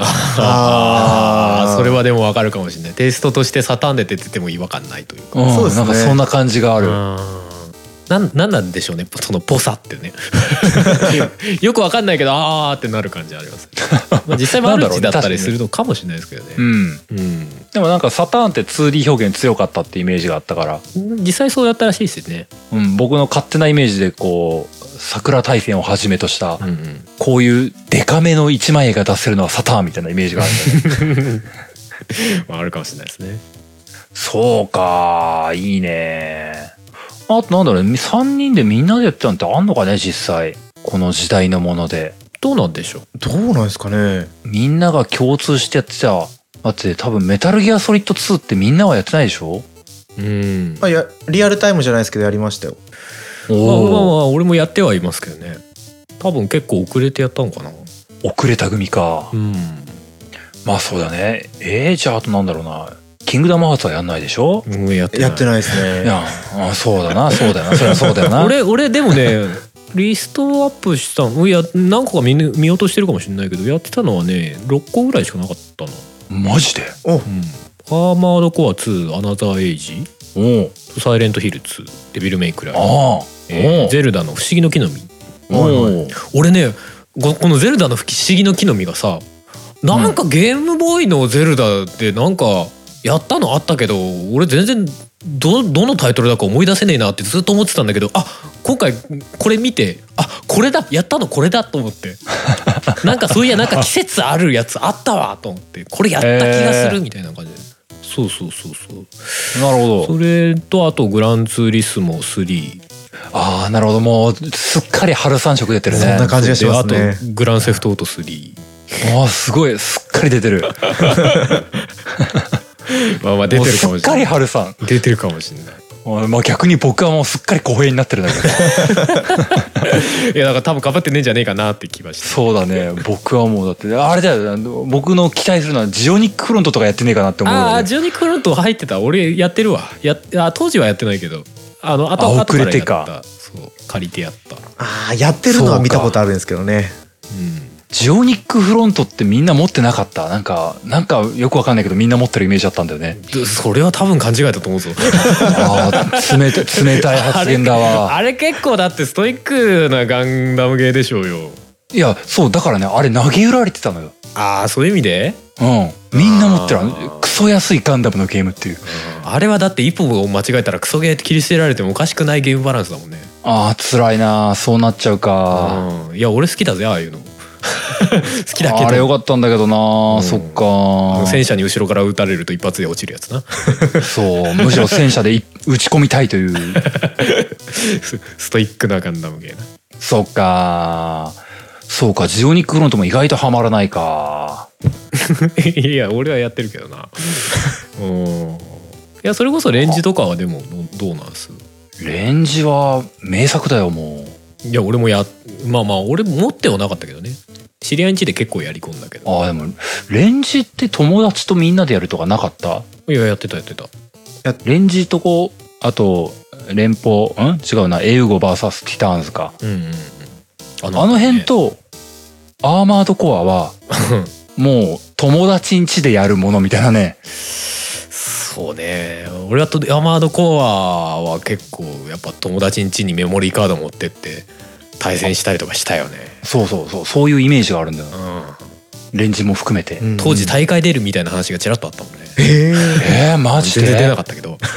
ああ、それはでもわかるかもしれない。テイストとしてサターンでって言っても違和感ないというか、 うん、そうですね、なんかそんな感じがある。 なん、なんなんでしょうね、そのぽさってね。よくわかんないけどあーってなる感じあります、ね。まあ実際マルチだったりするのかもしれないですけどね。うん、 うん、でもなんかサターンって ツーディー 表現強かったってイメージがあったから、 実際そうだったらしいですよね。 うん、僕の勝手なイメージでこう桜大戦をはじめとした、うんうん、こういうデカめの一枚絵が出せるのはサターンみたいなイメージがある、ね。 まああるかもしれないですね。 そうか、いいね。あとなんだろうね、さんにんでみんなでやってたのってあんのかね、実際この時代のもので。 どうなんでしょう。 どうなんですかね。 みんなが共通してやってた。だって多分メタルギアソリッドツーってみんなはやってないでしょ。 うん、まあ、やリアルタイムじゃないですけどやりましたよ。 まあまあまあ俺もやってはいますけどね。多分結構遅れてやったのかな。 遅れた組か。うん、まあそうだね。えー、じゃああとなんだろうな、キングダムハーツはやんないでしょ。 うん、やってない。 やってないですね。 いや、あ、そうだな、そうだよな、それはそうだよな。 俺俺でもねリストアップしたの、いや何個か 見, 見落としてるかもしれないけど、やってたのはねろっこぐらいしかなかったな。 マジで。 お、うん、 アーマードコアツー、アナザーエイジ、おサイレントヒルツー、デビルメイクライ、あ、えー、ゼルダの不思議の木の実。お俺ねこのゼルダの不思議の木の実がさ、なんかゲームボーイのゼルダでなんかやったのあったけど、俺全然どどのタイトルだか思い出せねえなってずっと思ってたんだけど、あ、今回これ見て、あ、これだ、やったのこれだと思って、なんかそういやなんか季節あるやつあったわと思って、これやった気がするみたいな感じで、えー、そうそうそうそう、 なるほど。 それとあとグランツーリスモスリー。 ああ、なるほど。もうすっかり春三色出てるね。 そんな感じがしますね。 あとグランセフトオートスリー。ああ、すごい、すっかり出てる。 まあまあ出てるかもしれない。すっかり春さん出てるかもしれない。 まあ逆に僕はもうすっかり公平になってるんだけど。 いやだから多分かばってねえんじゃねえかなって気がして。 そうだね。僕はもうだってあれだよ。僕の期待するのはジオニックフロントとかやってねえかなって思う、ね。 ああ、ジオニックフロント入ってた。俺やってるわ。やあ当時はやってないけど、あのあと遅れてか。 そう借りてやった。 ああ、やってるのは見たことあるんですけどね。 うん。ジオニックフロントってみんな持ってなかった。なんかなんかよくわかんないけどみんな持ってるイメージだったんだよね。 それは多分勘違いだと思うぞ。 ああ、冷た冷たい発言だわ。 あれ、あれ結構だってストイックなガンダムゲーでしょうよ。 いやそうだからね、あれ投げ売られてたのよ。 ああ、そういう意味で。 うん、みんな持ってるクソ安いガンダムのゲームっていう。 あれはだって一歩を間違えたらクソゲーって切り捨てられてもおかしくないゲームバランスだもんね。 ああ、辛いな。そうなっちゃうか。 うん、いや俺好きだぜああいうの。好きだけどあれよかったんだけどな、うん、そっか。 戦車に後ろから撃たれると一発で落ちるやつな。 そう、むしろ戦車で撃ち込みたいというストイックなガンダムゲーム。 そっか、そうか。ジオニックフロントも意外とハマらないか。 いや俺はやってるけどな。うん、いやそれこそレンジとかはでもどうなんす。 レンジは名作だよもう。 いや俺もやまあまあ俺持ってはなかったけどね。知り合いん家で結構やり込んだけど。 ああ、でもレンジって友達とみんなでやるとかなかった？ いややってたやってた。 レンジとこう、あと連邦ん違うな、エウゴ ブイエス ティターンズか。うんうんうん、あの、あの辺とアーマードコアはもう友達ん家でやるものみたいなね。 そうね。俺はとアーマードコアは結構やっぱ友達ん家にメモリーカード持ってって対戦したりとかしたよね。 そうそうそう、そういうイメージがあるんだよ、うん、レンジも含めて、 うん、当時大会出るみたいな話がちらっとあったもんね。 えー、えー、マジで全然出なかったけど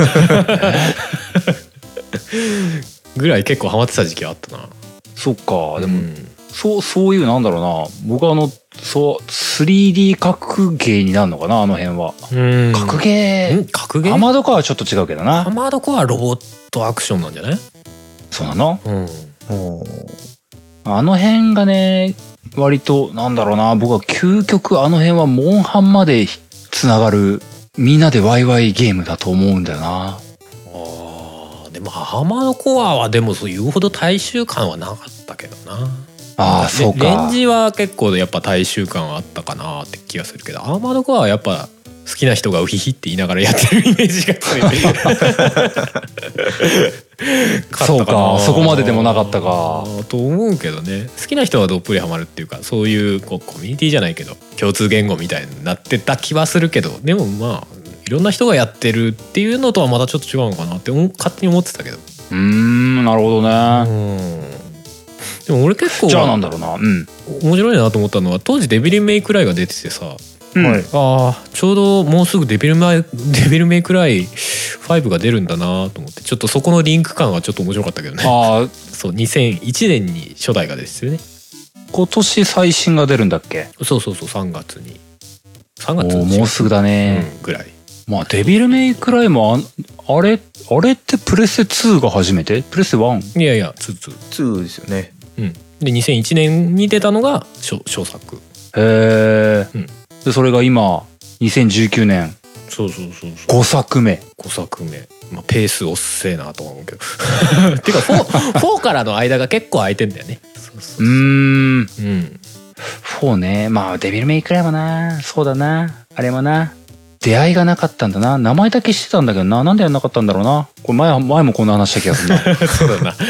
ぐらい結構ハマってた時期あったな。 そっか。でも、うん、そうそういうなんだろうな、僕はあのそう スリーディー 格ゲーになるのかなあの辺は。うん格ゲー格ゲーアマドコアはちょっと違うけどな。 アマドコアはロボットアクションなんじゃない？ そうなの？うんあの辺がね割となんだろうな僕は究極あの辺はモンハンまでつながるみんなでワイワイゲームだと思うんだよな。 あでもアマドコアはでもそういうほど大衆感はなかったけどな。 ああそうか。 レンジは結構やっぱ大衆感はあったかなって気がするけどアーマードコアはやっぱ好きな人がウヒヒって言いながらやってるイメージが強いそうかそこまででもなかったかと思うけどね。好きな人はどっぷりハマるっていうかそういうこうコミュニティじゃないけど共通言語みたいになってた気はするけどでもまあいろんな人がやってるっていうのとはまたちょっと違うのかなって勝手に思ってたけど。 うーんなるほどね。 うんでも俺結構じゃあなんだろうな、うん、 面白いなと思ったのは当時デビルメイクライが出ててさ、 うん、 あちょうどもうすぐデビルメイデビルメイクライファイブが出るんだなと思ってちょっとそこのリンク感はちょっと面白かったけどね。あそうにせんいちねんに初代がですよね。 今年最新が出るんだっけ？ そうそうそうさんがつにさんがつおもうすぐだね、 うん、ぐらい。まあデビルメイクライも あ, あれあれってプレステツーが初めてプレステワン？ いやいやツーツーツーですよね。 うんでにせんいちねんに出たのが小作。 へえ、うん、でそれが今にせんじゅうきゅうねんそうそうそうそうごさくめごさくめ、まあ、ペースおっせえなとは思うけどていうか 4, 4からの間が結構空いてんだよね。そうそうそううーん、うん、 フォーねまあデビルメイクライもなそうだなあれもな出会いがなかったんだな名前だけ知ってたんだけどななんでやんなかったんだろうなこれ 前, 前もこんな話した気がするなそうだな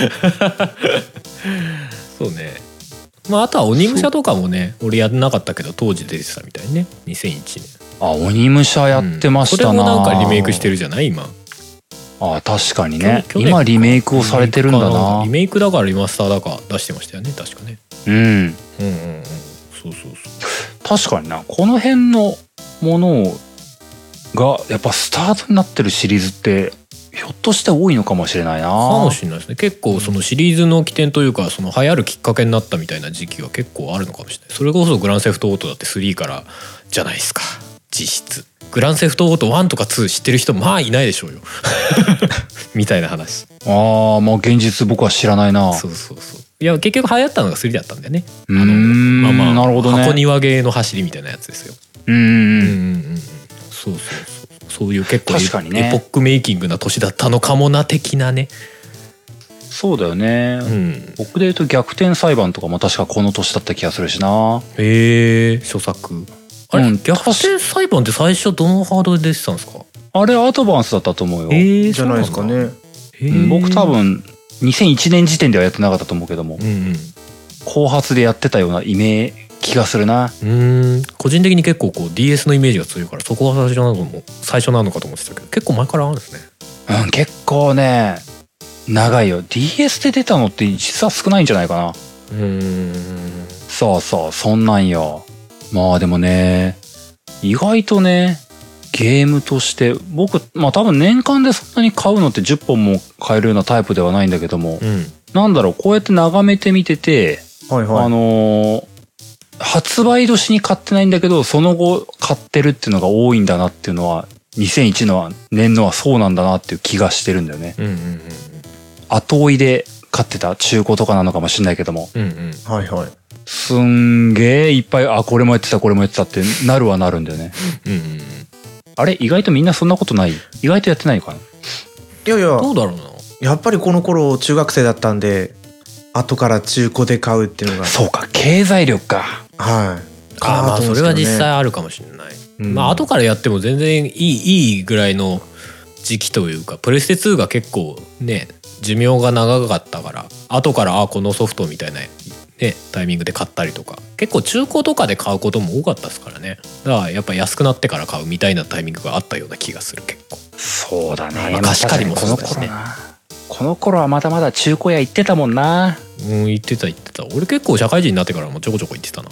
そうね。まああとは鬼武者とかもね俺やんなかったけど当時出てたみたいねにせんいちねん。 あ鬼武者やってましたな、うん、 それもなんかリメイクしてるじゃない今。 あ確かにね今リメイクをされてるんだな。 リメイクだかリマスターだか出してましたよね確かね。 うんうんうんうんそうそうそう確かになこの辺のものがやっぱスタートになってるシリーズってひょっとして多いのかもしれないな。かもしれないですね。結構そのシリーズの起点というかその流行るきっかけになったみたいな時期は結構あるのかもしれない。それこそグランセフトオートだってスリーからじゃないですか実質。グランセフトオートワンとかツー知ってる人まあいないでしょうよみたいな話。 ああまあ現実僕は知らないな。 そうそうそういや結局流行ったのがスリーだったんだよね。 あのまあまあなるほどね箱庭ゲーの走りみたいなやつですよ。 うんうんうんそうそうそうそういう結構確かにねエポックメイキングな年だったのかもな的なね。 そうだよね、うん、僕で言うと逆転裁判とかも確かこの年だった気がするしな。 へえ初作あれ、うん、逆転裁判って最初どのハードで出てたんですか？ あれアドバンスだったと思うよ。 えー、じゃないですかね。 僕多分にせんいちねん時点ではやってなかったと思うけども、うんうん、後発でやってたようなイメージ気がするな。 うん個人的に結構こう ディーエス のイメージが強いからそこが最初なのも最初なのかと思ってたけど結構前からあるんですね。 うん結構ね長いよ。 ディーエス で出たのって実は少ないんじゃないかな。うーんそうそうそんなんよ。まあでもね意外とねゲームとして僕まあ多分年間でそんなに買うのってじゅっぽんも買えるようなタイプではないんだけども、うん、なんだろうこうやって眺めてみてて、はいはい、あのー発売年に買ってないんだけどその後買ってるっていうのが多いんだなっていうのはにせんいちねんのはそうなんだなっていう気がしてるんだよね、うんうんうん、後追いで買ってた中古とかなのかもしれないけども、うんうん、はいはい、すんげえいっぱいあこれもやってたこれもやってたってなるはなるんだよねうんうん、あれ意外とみんなそんなことない？意外とやってないのかな。 いやいやどうだろうな。 やっぱりこの頃中学生だったんで後から中古で買うっていうのがそうか経済力か。 はい。 あまあそれは実際あるかもしれない、うん、まあ後からやっても全然いいいいぐらいの時期というかプレステツーが結構ね寿命が長かったから後からあこのソフトみたいな、ね、タイミングで買ったりとか結構中古とかで買うことも多かったですからね。だからやっぱ安くなってから買うみたいなタイミングがあったような気がする結構。 そうだね、 まあ、貸し借りもそうだしね。 この頃はまだまだ中古屋行ってたもんな。 うん行ってた行ってた。俺結構社会人になってからもちょこちょこ行ってたな。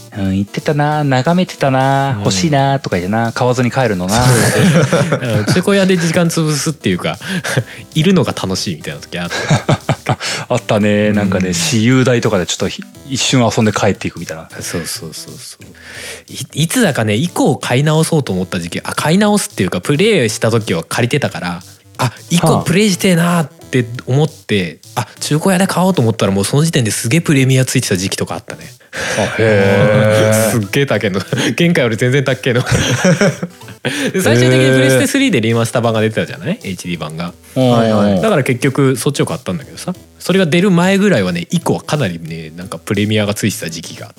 うん、言ってたな、眺めてたな、うん、欲しいなとか言ってな、買わずに帰るのな。 中古屋で時間潰すっていうかいるのが楽しいみたいな時あったあったね。なんかね、私有代とかでちょっと一瞬遊んで帰っていくみたいな。 そうそうそうそう。い, いつだかね以降買い直そうと思った時期、あ買い直すっていうかプレイした時は借りてたから、あ以降プレイしてえなって思って、あ中古屋で買おうと思ったらもうその時点ですげえプレミアついてた時期とかあったね。 あへすっげえ高えの原価より全然高えので最終的にプレステスリーでリマスター版が出てたじゃない エイチディー 版が、はいはい、だから結局そっちを買ったんだけどさ、それが出る前ぐらいはね以降はかなりねなんかプレミアがついてた時期があった。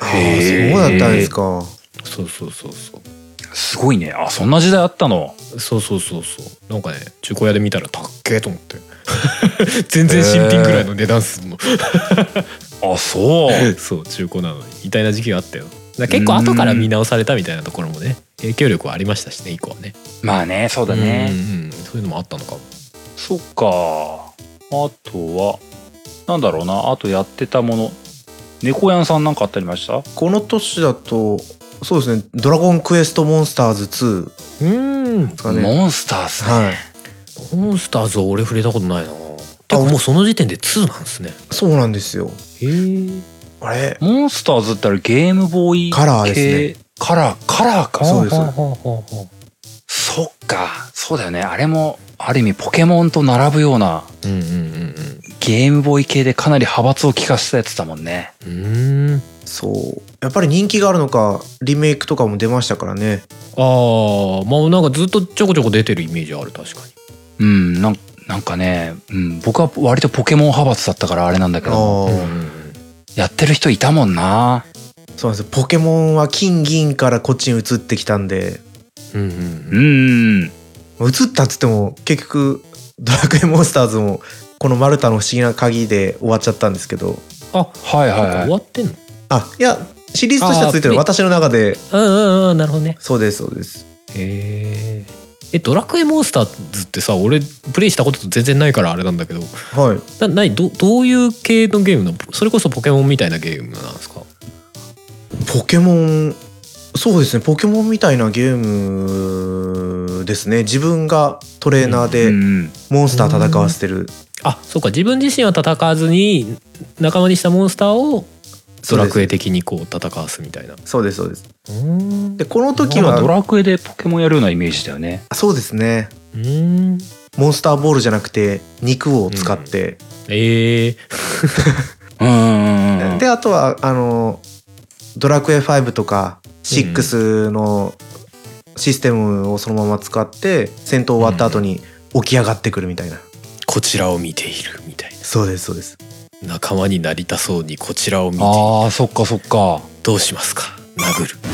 へえ、そうだったんですか。 そうそうそうそう、 すごいね。あそんな時代あったの。 そうそうそうそう、なんかね中古屋で見たら高っけーと思って全然新品ぐらいの値段すんのあそうそう中古なのにみたいな時期があったよ。だ結構後から見直されたみたいなところもね影響力はありましたしね以降はね。 まあねそうだね、 うんうん、そういうのもあったのかも。 そっか。あとはなんだろうな、あとやってたもの、猫やんさんなんかあったりました？ この年だとそうですね、ドラゴンクエストモンスターズツー。 うんですかね。 モンスターズね、はい、 モンスターズは俺触れたことないな。てかもうその時点でツーなんですね。 そうなんですよ。 へえ。 あれモンスターズってあれゲームボーイカラーですね。 カラーカラーか。 そうです。 そっかそうだよね。あれもある意味ポケモンと並ぶような、 うんうんうんうん、 ゲームボーイ系でかなり派閥を利かせたやつだもんね。 うーん、 そうやっぱり人気があるのかリメイクとかも出ましたからね。 ああまあなんかずっとちょこちょこ出てるイメージある。確かうに。 んなんなんかね、うん、僕は割とポケモン派閥だったからあれなんだけど、やってる人いたもんな。 そうなんです。ポケモンは金銀からこっちに移ってきたんで、 うんうんうん、 移ったっつっても結局ドラクエモンスターズもこのマルタの不思議な鍵で終わっちゃったんですけど。 あはいはい、はい、終わってんの？ あいやシリーズとしてはついてる。私の中で。 うんうんうんなるほどね。 そうですそうです。 へえ。えドラクエモンスターズってさ俺プレイしたこと全然ないからあれなんだけど、 はい、 な何 ど, どういう系のゲームなの？それこそポケモンみたいなゲームなんですか？ ポケモンそうですねポケモンみたいなゲームですね。自分がトレーナーでモンスター戦わせてる、うんうん、 あそうか自分自身は戦わずに仲間にしたモンスターをドラクエ的にこう戦わすみたいな。 そうですそうです。でこの時はドラクエでポケモンやるようなイメージだよね。 そうですね。 うんモンスターボールじゃなくて肉を使って、 うん、ええー、であとはあのドラクエファイブとかシックスのシステムをそのまま使って戦闘終わった後に起き上がってくるみたいな、うん、 こちらを見ているみたいな。 そうですそうです。 仲間になりたそうにこちらを見ている。 あーそっかそっか。 どうしますか？殴る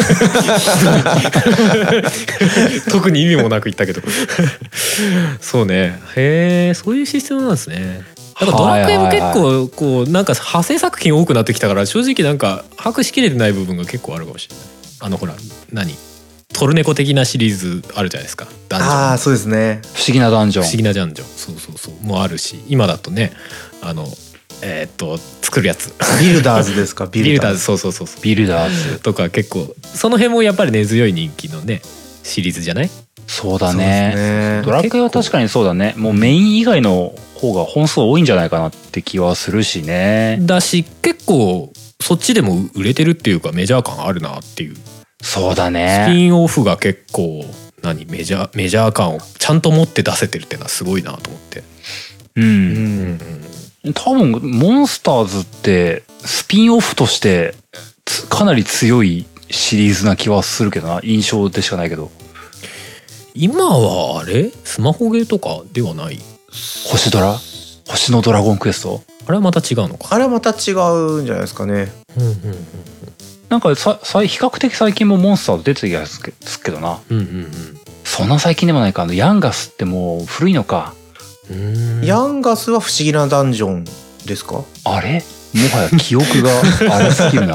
特に意味もなく言ったけどそうね。へえそういうシステムなんですね。なんかドラクエも結構こうなんか派生作品多くなってきたから正直なんか把握しきれてない部分が結構あるかもしれない。あのほら何トルネコ的なシリーズあるじゃないですか。ダンジョン。 ああそうですね。 不思議なダンジョン。 不思議なダンジョン。そうそうそうもあるし今だとねあのえー、っと作るやつビルダーズですか？ ビルダーズそうそうそうそうビルダーズとか結構その辺もやっぱり根強い人気のねシリーズじゃない？ そうだね。 そうですね。 ドラクエは確かにそうだね。もうメイン以外の方が本数多いんじゃないかなって気はするしね。 だし結構そっちでも売れてるっていうかメジャー感あるなっていう。 そうだね。 スピンオフが結構何メジャーメジャー感をちゃんと持って出せてるっていうのはすごいなと思って。 うん。うん多分モンスターズってスピンオフとしてかなり強いシリーズな気はするけどな。印象でしかないけど今はあれスマホゲーとかではない？ 星ドラ星のドラゴンクエストあれはまた違うのか。 あれはまた違うんじゃないですかね。 うんうんうん、 なんかささ比較的最近もモンスターズ出てきたけどな、 うんうんうん、 そんな最近でもないか。あのヤンガスってもう古いのか。 うーんヤンガスは不思議なダンジョンですか？ あれもはや記憶があれすぎるな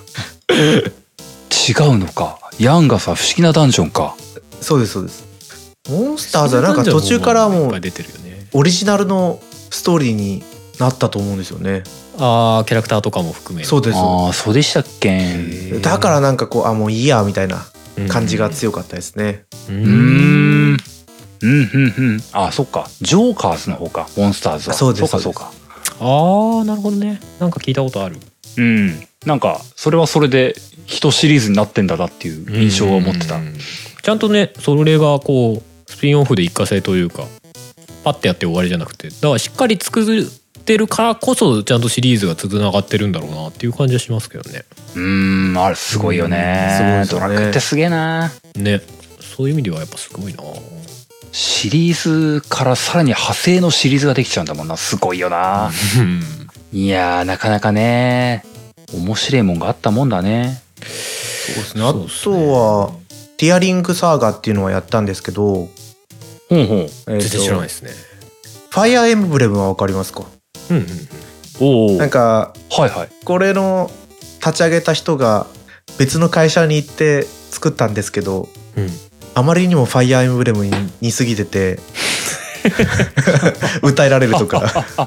違うのか。ヤンガスは不思議なダンジョンか。 そうですそうです。モンスターズはなんか途中からもうオリジナルのストーリーになったと思うんですよね。 ああキャラクターとかも含め。 そうです。 ああそうでしたっけ。 だからなんかこうあもういいやみたいな感じが強かったですね。 うん。うんうんうん。あそっか。ジョーカーズの方か。モンスターズは。 そうです。 そうかそうか。 ああなるほどね。なんか聞いたことある。 うん。なんかそれはそれで一シリーズになってんだなっていう印象を持ってた。 ちゃんとねそれがこうスピンオフで一過性というかパッてやって終わりじゃなくて、だからしっかり作ってるからこそちゃんとシリーズがつながってるんだろうなっていう感じはしますけどね。 うーんあれすごいよね。すごいドラクエってすげえな。ねそういう意味ではやっぱすごいな。 シリーズからさらに派生のシリーズができちゃうんだもんな。すごいよな。いやーなかなかね面白いもんがあったもんだね。 そうですね。あとはティアリングサーガっていうのはやったんですけど、ほうほう、えー、全然知らないですね。 ファイアーエムブレムはわかりますか？うんうんうん。おなんか、はいはい、これの立ち上げた人が別の会社に行って作ったんですけど、うん、あまりにもファイアーエムブレムに似すぎてて訴えられるとか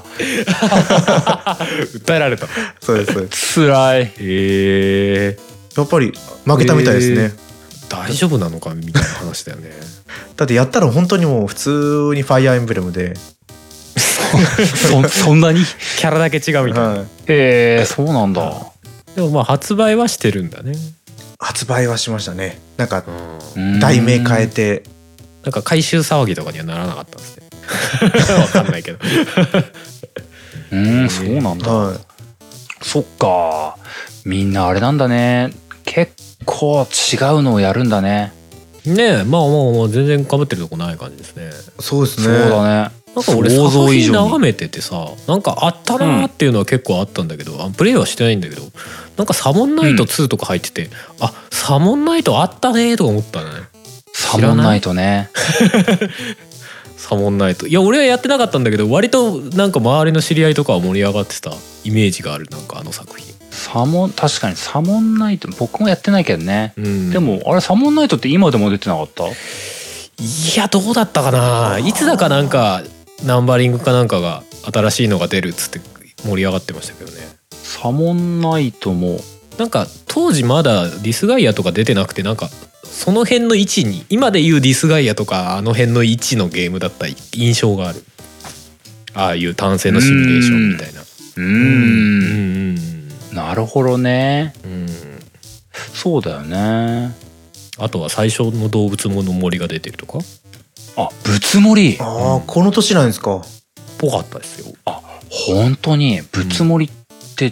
訴えられた。 そうですそうです。 つらい。 えー、やっぱり負けたみたいですね。えー大丈夫なのかみたいな話だよね。 だってやったら本当にもう普通にファイアーエンブレムでそ, そんなにキャラだけ違うみたいな、はい、 へえそうなんだ。 でもまあ発売はしてるんだね。 発売はしましたね。なんか題名変えてなんか回収騒ぎとかにはならなかったんですね。わかんないけどうんそうなんだ、はい、そっかみんなあれなんだね。結構違うのをやるんだね。 ねえまあまあまあ全然被ってるとこない感じですね。 そうですね。 そうだね。 なんか俺作品眺めててさなんかあったなーっていうのは結構あったんだけど、うん、あプレイはしてないんだけどなんかサモンナイトツーとか入ってて、うん、あサモンナイトあったねーとか思ったね。 サモンナイトね。 サモンナイトいや俺はやってなかったんだけど割となんか周りの知り合いとかは盛り上がってたイメージがある。なんかあの作品サモン確かにサモンナイト僕もやってないけどね、うん、でもあれサモンナイトって今でも出てなかった？いやどうだったかな。いつだかなんかナンバリングかなんかが新しいのが出るっつって盛り上がってましたけどね。 サモンナイトもなんか当時まだディスガイアとか出てなくてなんかその辺の位置に今でいうディスガイアとかあの辺の位置のゲームだった印象がある。ああいう単性のシミュレーションみたいな。うーんうんなるほどね。うんそうだよね。 あとは最初の動物の森が出てるとか。 あ仏森。 ああこの年なんですか。 ぽかったですよ。 あ本当に仏森って、うん、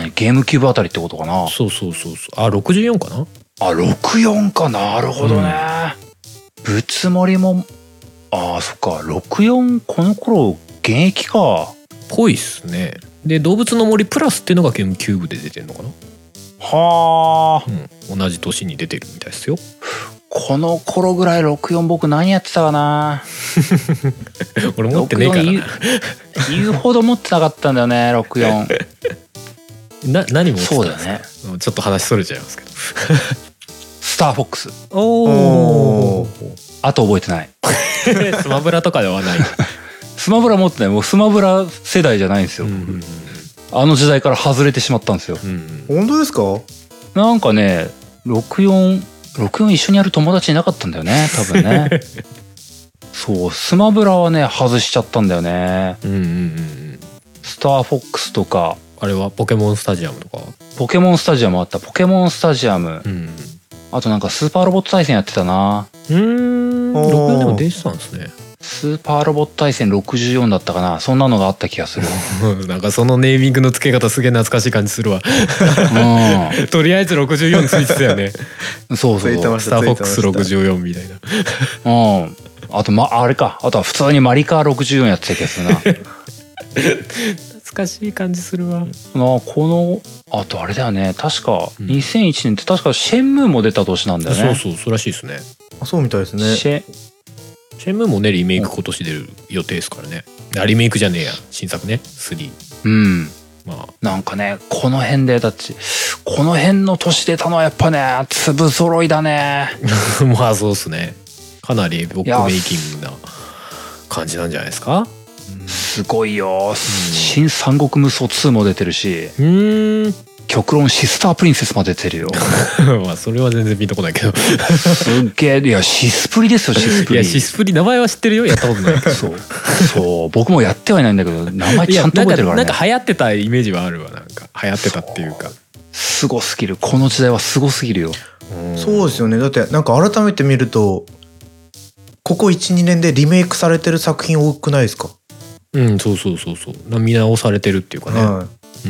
ゲームキューブあたりってことかな。 そうそうそうそう。あろくじゅうよんかな。 あろくじゅうよんかなるほどね、うん、仏森もあそっかろくじゅうよんこの頃現役かぽいっすね。で動物の森プラスっていうのがゲームキューブで出てるのかな。 はあ、 うん、同じ年に出てるみたいですよ。 この頃ぐらいろくじゅうよん僕何やってたかな。 俺持ってねえからな。言う、 言うほど持ってなかったんだよねろくじゅうよん。 な何持ってたんですか。そうだよね。 ちょっと話それちゃいますけど。 スターフォックス。 おお。 あと覚えてない。 スマブラとかではない。 スマブラ持ってない。もうスマブラ世代じゃないんですよ。うんうんうん、あの時代から外れてしまったんですよ。 うんうん、本当ですか？ なんかねろくじゅうよん、ろくじゅうよん一緒にやる友達いなかったんだよね多分ね。そうスマブラはね外しちゃったんだよね。うんうんうん、スターフォックスとかあれはポケモンスタジアムとか。 ポケモンスタジアムあった。ポケモンスタジアム、うん、あとなんかスーパーロボット対戦やってたな。 うーんろくじゅうよんでも出てたんですね。 スーパーロボット対戦ろくじゅうよんだったかな。そんなのがあった気がする。 なんかそのネーミングの付け方すげえ懐かしい感じするわ。うん、とりあえずろくじゅうよんついてたよね。 そうそう。 スターフォックスろくじゅうよんみたいな。 うん。あとまあれか。あとは普通にマリカーろくじゅうよんやってた気がするな。 懐かしい感じするわ。なこのあとあれだよね。確かにせんいちねんって確かシェンムーも出た年なんだよね。 そうそうそうらしいですね。 あそうみたいですね。 シェシェンムーもねリメイク今年出る予定ですからね。あリメイクじゃねえや新作ねスリー。 うんまあなんかねこの辺でだってこの辺の年出たのはやっぱね粒揃いだね。 まあそうっすね。かなり僕メイキングな感じなんじゃないですか。 すごいよ、うん、新三国無双ツーも出てるし、 うーん、 極論シスタープリンセスも出てるよ。 まあそれは全然ピンとこないけどすっげえ、いやシスプリですよ、シスプリ。 いやシスプリ名前は知ってるよ、やったことないけど。 そうそう、僕もやってはいないんだけど名前ちゃんと覚えてるからね。 なんか、なんか流行ってたイメージはあるわ。なんか流行ってたっていうか、 すごすぎる、この時代はすごすぎるよ。 そうですよね。だってなんか改めて見るとここ いちにねんでリメイクされてる作品多くないですか？ うん、そうそうそうそう、見直されてるっていうかね、はい、うん、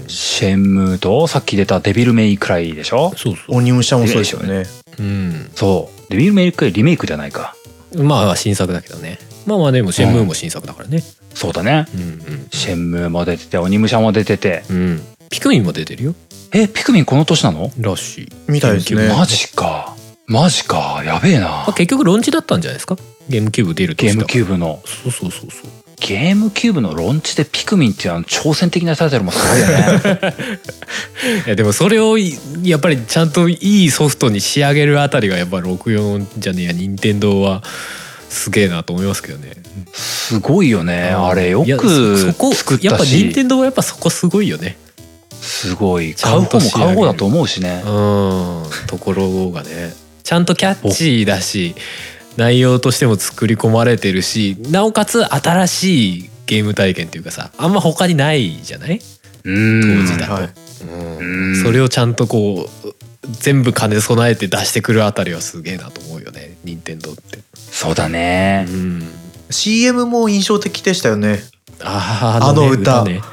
シェンムーとさっき出たデビルメイクライでしょ。 そうそう、 オニムシャもそうですよね。 うん、 そうデビルメイクライリメイクじゃないか、 まあ新作だけどね。まあまあでもシェンムーも新作だからね、うん、 そうだね、うんうん、シェンムーも出ててオニムシャも出てて、 うん、ピクミンも出てるよ。 え、ピクミンこの年なのらしいみたいですね。 マジかマジか、やべえな。 結局ローンチだったんじゃないですか、ゲームキューブ出るとしたら。 ゲームキューブの、 そうそうそうそう、 ゲームキューブのローンチでピクミンっていうの挑戦的なタイトルもすごいよね。 いやでもそれをやっぱりちゃんといいソフトに仕上げるあたりがやっぱろくじゅうよんじゃねえや任天堂はすげえなと思いますけどね。 すごいよね、あれよく作ったし、 やっぱ任天堂はやっぱそこすごいよね。 すごい、買う方も買う方だと思うしね。 うん、ところがねちゃんとキャッチーだし内容としても作り込まれてるし、なおかつ新しいゲーム体験っていうかさ、あんま他にないじゃない、 うん当時だと、はい、 うん、 それをちゃんとこう全部兼ね備えて出してくるあたりはすげえなと思うよね、任天堂って。 そうだね、 うん、 シーエム も印象的でしたよね。 ああ、あの歌ね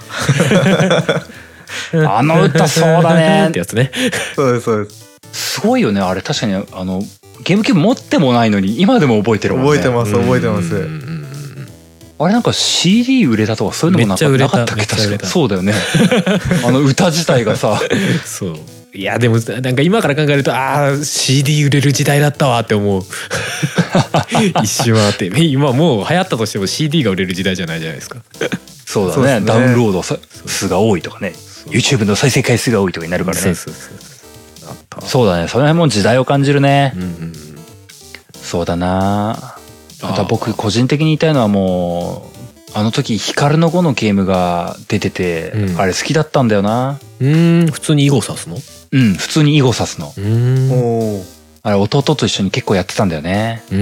あの歌そうだねってやつね。 そうですそうです。 すごいよねあれ。確かにあのゲームキューブ持ってもないのに今でも覚えてるもんね。 覚えてます覚えてます。 あれなんか シーディー 売れたとかそういうのもなんかなかったっけ。確かそうだよね。あの歌自体がさ。 そう。いやでもなんか今から考えるとああ シーディー 売れる時代だったわって思う。一瞬あって今もう流行ったとしても シーディー が売れる時代じゃないじゃないですか。 そうだね。ダウンロード数が多いとかね。YouTube の再生回数が多いとかになるからね。そうそうそうそう。そうだね。その辺も時代を感じるね。うんうん、そうだな。あとは僕個人的に言いたいのはもうあの時ヒカルのごのゲームが出てて、うん、あれ好きだったんだよな。 うん、普通に囲碁指すの？ うん、普通に囲碁指すの。うん、あれ弟と一緒に結構やってたんだよね。うん。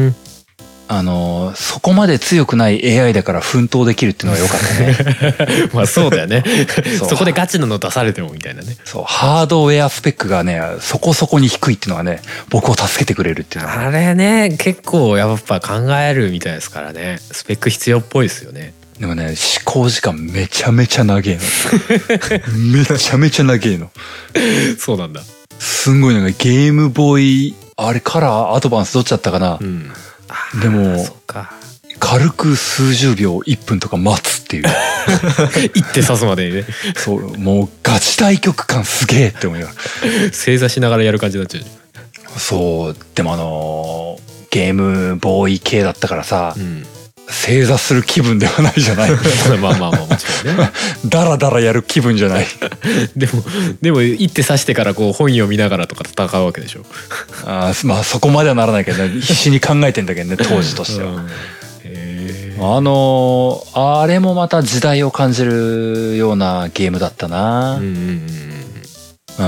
あのそこまで強くない エーアイ だから奮闘できるっていうのが良かったね。 まあそうだよね。そこでガチなの出されてもみたいなね。 そう、ハードウェアスペックがねそこそこに低いっていうのがね僕を助けてくれるっていうのは、ね、 あれね結構やっぱ考えるみたいですからね。スペック必要っぽいですよね。 でもね試行時間めちゃめちゃ長えの。めちゃめちゃ長えの。 そうなんだ。 すんごいなんかゲームボーイあれカラーアドバンスどっちだったかな。うん、でも軽く数十秒いっぷんとか待つっていう。 一手指すまでにね。 そうもうガチ対局感すげえって思いながら正座しながらやる感じになっちゃう。 そうでもあのー、ゲームボーイ系だったからさ、うん、正座する気分ではないじゃない。 まあまあまあもちろんね。 ダラダラやる気分じゃない。 でもでも一手指してからこう本読みながらとか戦うわけでしょ。 あまあそこまではならないけどね。必死に考えてんだけどね当時としては。うん、へあのー、あれもまた時代を感じるようなゲームだったな。うん、うん、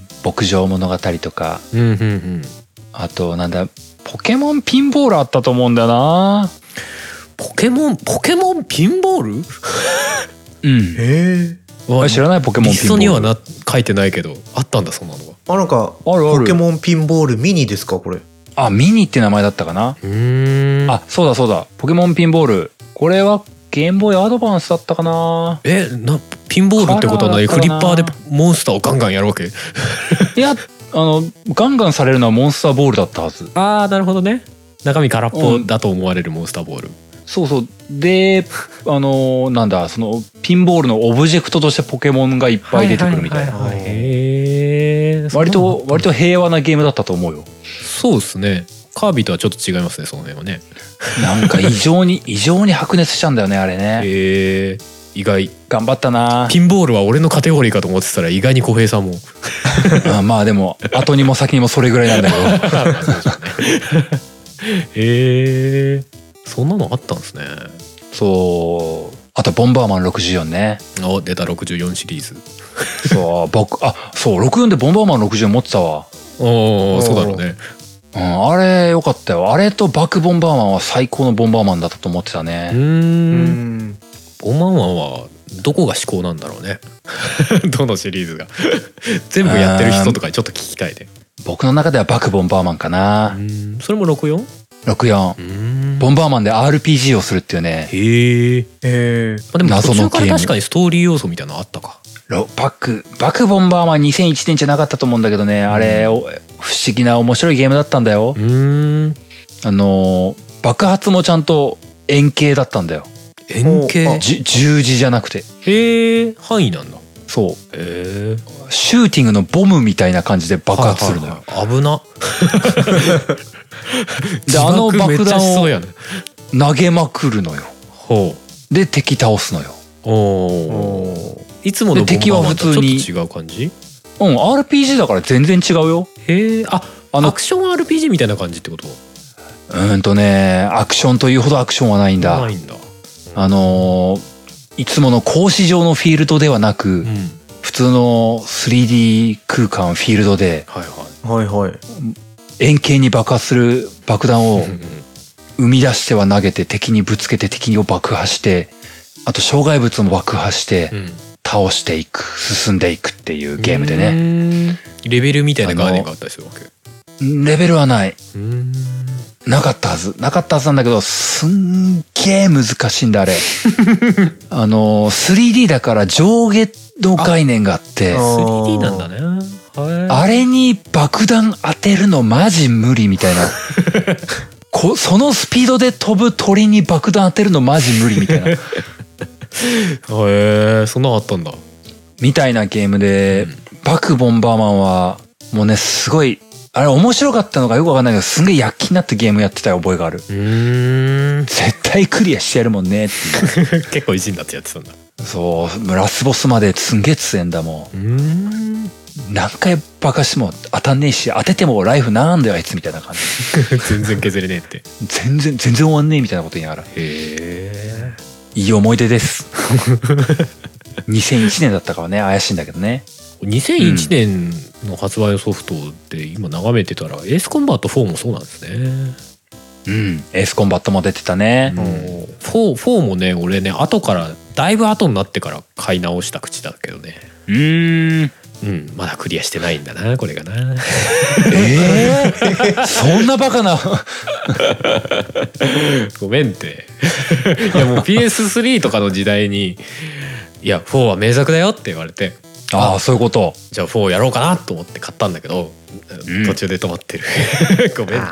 牧場物語とか、うんうんうん、あとなんだポケモンピンボールあったと思うんだよな。 ポケモンポケモンピンボール？ うん。へえ。知らないポケモンピンボール。リストにはな書いてないけどあったんだそんなのが。 あなんかあるあるポケモンピンボールミニですかこれ。 あミニって名前だったかな。うーん。あそうだそうだポケモンピンボールこれはゲームボーイアドバンスだったかな。 えなピンボールってことは何フリッパーでモンスターをガンガンやるわけ？ いやあのガンガンされるのはモンスターボールだったはず。 ああなるほどね。中身空っぽだと思われるモンスターボール。 そうそうであのなんだそのピンボールのオブジェクトとしてポケモンがいっぱい出てくるみたいな。割と割と平和なゲームだったと思うよ。 そうですね。カービィとはちょっと違いますねその辺はね。 なんか異常に異常に白熱しちゃうんだよねあれね。 へえ意外頑張ったな。 ピンボールは俺のカテゴリーかと思ってたら意外に小平さんも。 あまあでも後にも先にもそれぐらいなんだけど。 へえそんなのあったんですね。 そう。あとボンバーマンろくじゅうよんね。 お、出たろくじゅうよんシリーズ。 そう僕あそうろくじゅうよんでボンバーマンろくじゅうよん持ってたわ。 おお、そうだろうね。 うん、あれよかったよ。あれとバクボンバーマンは最高のボンバーマンだったと思ってたね。 うーん。ボンバーマンはどこが至高なんだろうね。どのシリーズが。全部やってる人とかにちょっと聞きたいね。 僕の中ではバクボンバーマンかな。 うん、それもろくじゅうよん？ ろくじゅうよん。ボンバーマンで アールピージー をするっていうね。 へえ。へえ。でも途中から確かにストーリー要素みたいなのあったか。 バク、バクボンバーマンにせんいちねんじゃなかったと思うんだけどね、あれ、不思議な面白いゲームだったんだよ。 うーん。 あの、爆発もちゃんと円形だったんだよ。 円形？ 十字じゃなくて。 へえ、範囲なんだ。 そう。 へえ。 シューティングのボムみたいな感じで爆発するのよ。 はいはいはい、危な。 で、あの爆弾を投げまくるのよ。 ほう。で、敵倒すのよ。 おお。いつものボンバーマンとちょっと違う感じ？ うん、アールピージー だから全然違うよ。 へえ、あ、あのアクション アールピージー みたいな感じってこと？ うんとね、アクションというほどアクションはないんだ。 ないんだ。 うん、あのー、いつもの格子状のフィールドではなく、うん、普通の スリーディー 空間フィールドで、 はいはい、はいはい、 円形に爆発する爆弾を生み出しては投げて敵にぶつけて敵を爆破して、あと障害物も爆破して、うん倒していく進んでいくっていうゲームでね。 レベルみたいな概念があったりするわけ？ レベルはない。なかったはずなかったはずなんだけど、すんげー難しいんだあれ。あの スリーディー だから上下の概念があって、 スリーディー なんだね。 あれに爆弾当てるのマジ無理みたいな。こそのスピードで飛ぶ鳥に爆弾当てるのマジ無理みたいな。 へえ、そんなのあったんだ。 みたいなゲームで、うん、バクボンバーマンはもうねすごいあれ面白かったのかよくわかんないけど、すんげえ躍起になってゲームやってた覚えがある。うーん、 絶対クリアしてやるもんねっていう。 結構意地になってやってたんだ。 そう、ラスボスまですんげえ強えんだもん。うーん、何回爆破しても当たんねえし、当ててもライフなんだよあいつみたいな感じ。 全然削れねえって。 全然全然終わんねえみたいなこと言いながら。へえ。 いい思い出です。にせんいちねんだったからね、怪しいんだけどね。 にせんいちねんの発売のソフトで今眺めてたら、エースコンバットフォーもそうなんですね。 うん、エースコンバットも出てたね。 うん、フォー、フォーもね、俺ね、後からだいぶ後になってから買い直した口だけどね。 うーん。 うん、まだクリアしてないんだな、これがな。 えー、そんなバカな。 ごめんって。いやもう ピーエススリー とかの時代に、いやフォーは名作だよって言われて、 ああそういうこと。 じゃあフォーやろうかなと思って買ったんだけど、うん、途中で止まってる。ごめんって。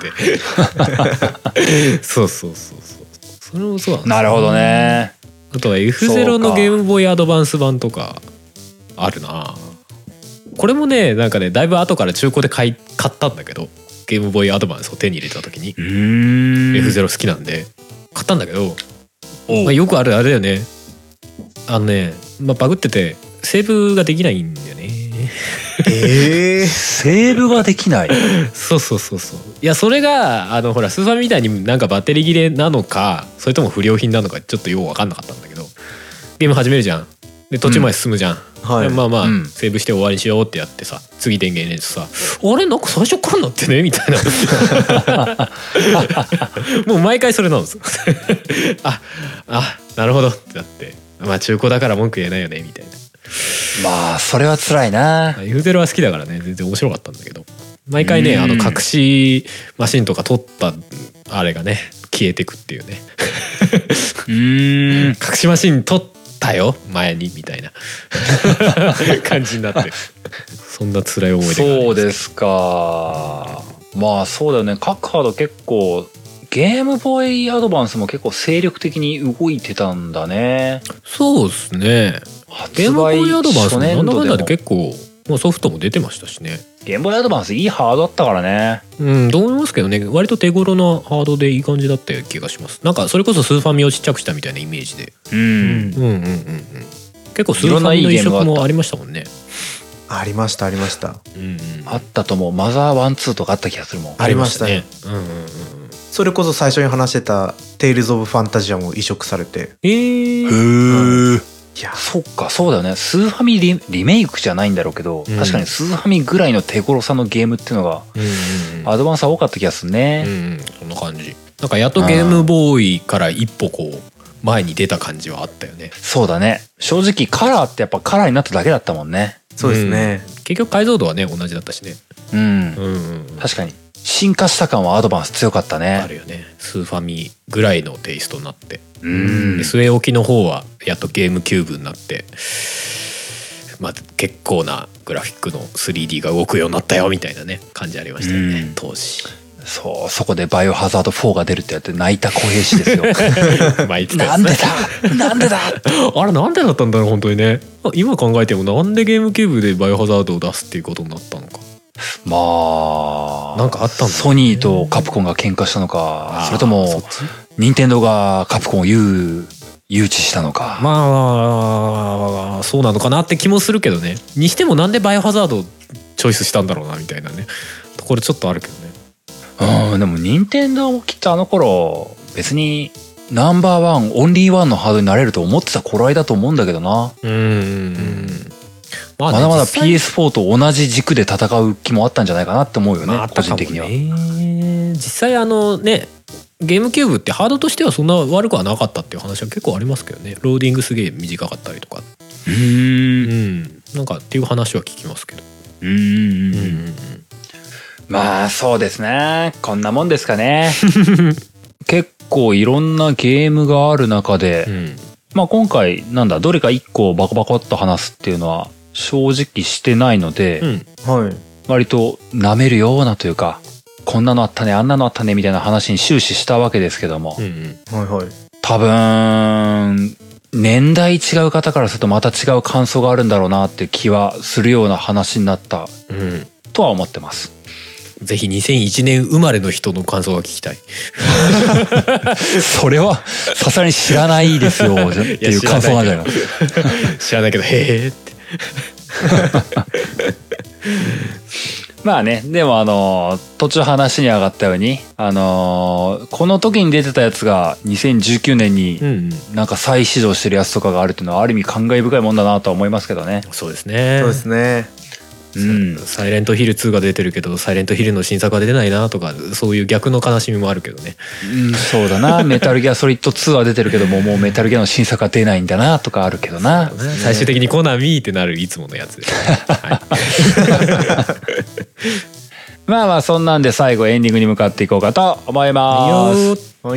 そうそうそうそう。それもそうなんですね。 なるほどね。 あとは エフゼロ のゲームボーイアドバンス版とかあるな。これもね、なんかね、だいぶ後から中古で買い買ったんだけど、ゲームボーイアドバンスを手に入れた時に エフゼロ 好きなんで買ったんだけど、まあ、よくあるあれだよね。あのね、まあ、バグっててセーブができないんだよね。 えー、セーブができない。 そうそうそうそう。いやそれがあのほらスーファミみたいになんかバッテリー切れなのか、それとも不良品なのかちょっとよう分かんなかったんだけど、ゲーム始めるじゃん。で途中まで進むじゃん。うんはい、まあまあ、うん、セーブして終わりにしようってやってさ、次電源入れてさ、あれなんか最初からなってねみたいな。もう毎回それなんですよ。ああなるほどってなって、まあ中古だから文句言えないよねみたいな。 まあそれは辛いな。 エフゼロは好きだからね、全然面白かったんだけど、毎回ね、あの隠しマシンとか取ったあれがね消えてくっていうね。うーん、隠しマシン取ったよ前にみたいな感じになってる。そんな辛い思い出があります。 そうですか。まあそうだよね。各ハード結構ゲームボーイアドバンスも結構精力的に動いてたんだね。 そうですね。ゲームボーイアドバンスもなんだかんだで結構もうソフトも出てましたしね。 ゲームボーイアドバンスいいハードだったからね。 うんと思いますけどね。割と手頃なハードでいい感じだった気がします。なんかそれこそスーファミをちっちゃくしたみたいなイメージで、うん、うんうんうんうん結構スーファミの移植もありましたもんね。 ありましたありました、 うんうん、あったと思う。マザーワンツーとかあった気がするもん。 ありましたね。 うんうんうん、 それこそ最初に話してた「テイルズ・オブ・ファンタジア」も移植されて。 えー、へえ。いやそっかそうだよね。スーファミ リ, リメイクじゃないんだろうけど、うん、確かにスーファミぐらいの手頃さのゲームっていうのがアドバンスは多かった気がするね。 うんうん、そんな感じ。なんかやっとゲームボーイから一歩こう前に出た感じはあったよね。 そうだね。正直カラーってやっぱカラーになっただけだったもんね。 そうですね、 うん、結局解像度はね同じだったしね。 うん、うんうん、確かに進化した感はアドバンス強かったね。 あるよね。スーファミぐらいのテイストになって、 うん、 据え置きの方はやっとゲームキューブになって、まあ、結構なグラフィックの スリーディー が動くようになったよみたいなね感じありましたよね、うん、当時。 そうそこでバイオハザードフォーが出るってやって泣いた小平氏ですよ。なんでだなんでだあれなんでだったんだろう本当にね。今考えてもなんでゲームキューブでバイオハザードを出すっていうことになったのか。 まあなんかあったんだ、ね、 ソニーとカプコンが喧嘩したのか、それとも任天堂がカプコンを誘誘致したのか。 まあそうなのかなって気もするけどね。にしてもなんでバイオハザードをチョイスしたんだろうなみたいなねところちょっとあるけどね。 うん、でも任天堂もきっとあの頃別にナンバーワンオンリーワンのハードになれると思ってた頃合いだと思うんだけどな。 うん、うんまあね、まだまだ ピーエスフォー と同じ軸で戦う気もあったんじゃないかなって思うよね、まあ、個人的には。 実際あのねゲームキューブってハードとしてはそんな悪くはなかったっていう話は結構ありますけどね。ローディングすげえ短かったりとか。 うーん、 うん、なんかっていう話は聞きますけど。 うーん、うん、まあそうですね。こんなもんですかね。結構いろんなゲームがある中で、うん、まあ今回なんだどれか一個バコバコっと話すっていうのは正直してないので、 うん、はい、 割と舐めるようなというかこんなのあったねあんなのあったねみたいな話に終始したわけですけども、 うんうん、はいはい、 多分年代違う方からするとまた違う感想があるんだろうなって気はするような話になった、うん、とは思ってます。 ぜひにせんいちねん生まれの人の感想が聞きたい。 それはさすがに知らないですよっていう感想なんじゃないの。 知らないけどへーってまあね、でもあの途中話に上がったようにあのこの時に出てたやつがにせんじゅうきゅうねんになんか再始動してるやつとかがあるっていうのはある意味感慨深いもんだなとは思いますけどね。 そうですね。 そうですね。 うん、 サイレントヒルツーが出てるけどサイレントヒルの新作が出てないなとかそういう逆の悲しみもあるけどね。 うん、そうだな。メタルギアソリッドツーは出てるけどももうメタルギアの新作は出ないんだなとかあるけどな、ね、 最終的にコナミってなるいつものやつです、ね。はい、 まあまあそんなんで最後エンディングに向かっていこうかと思います。 はい、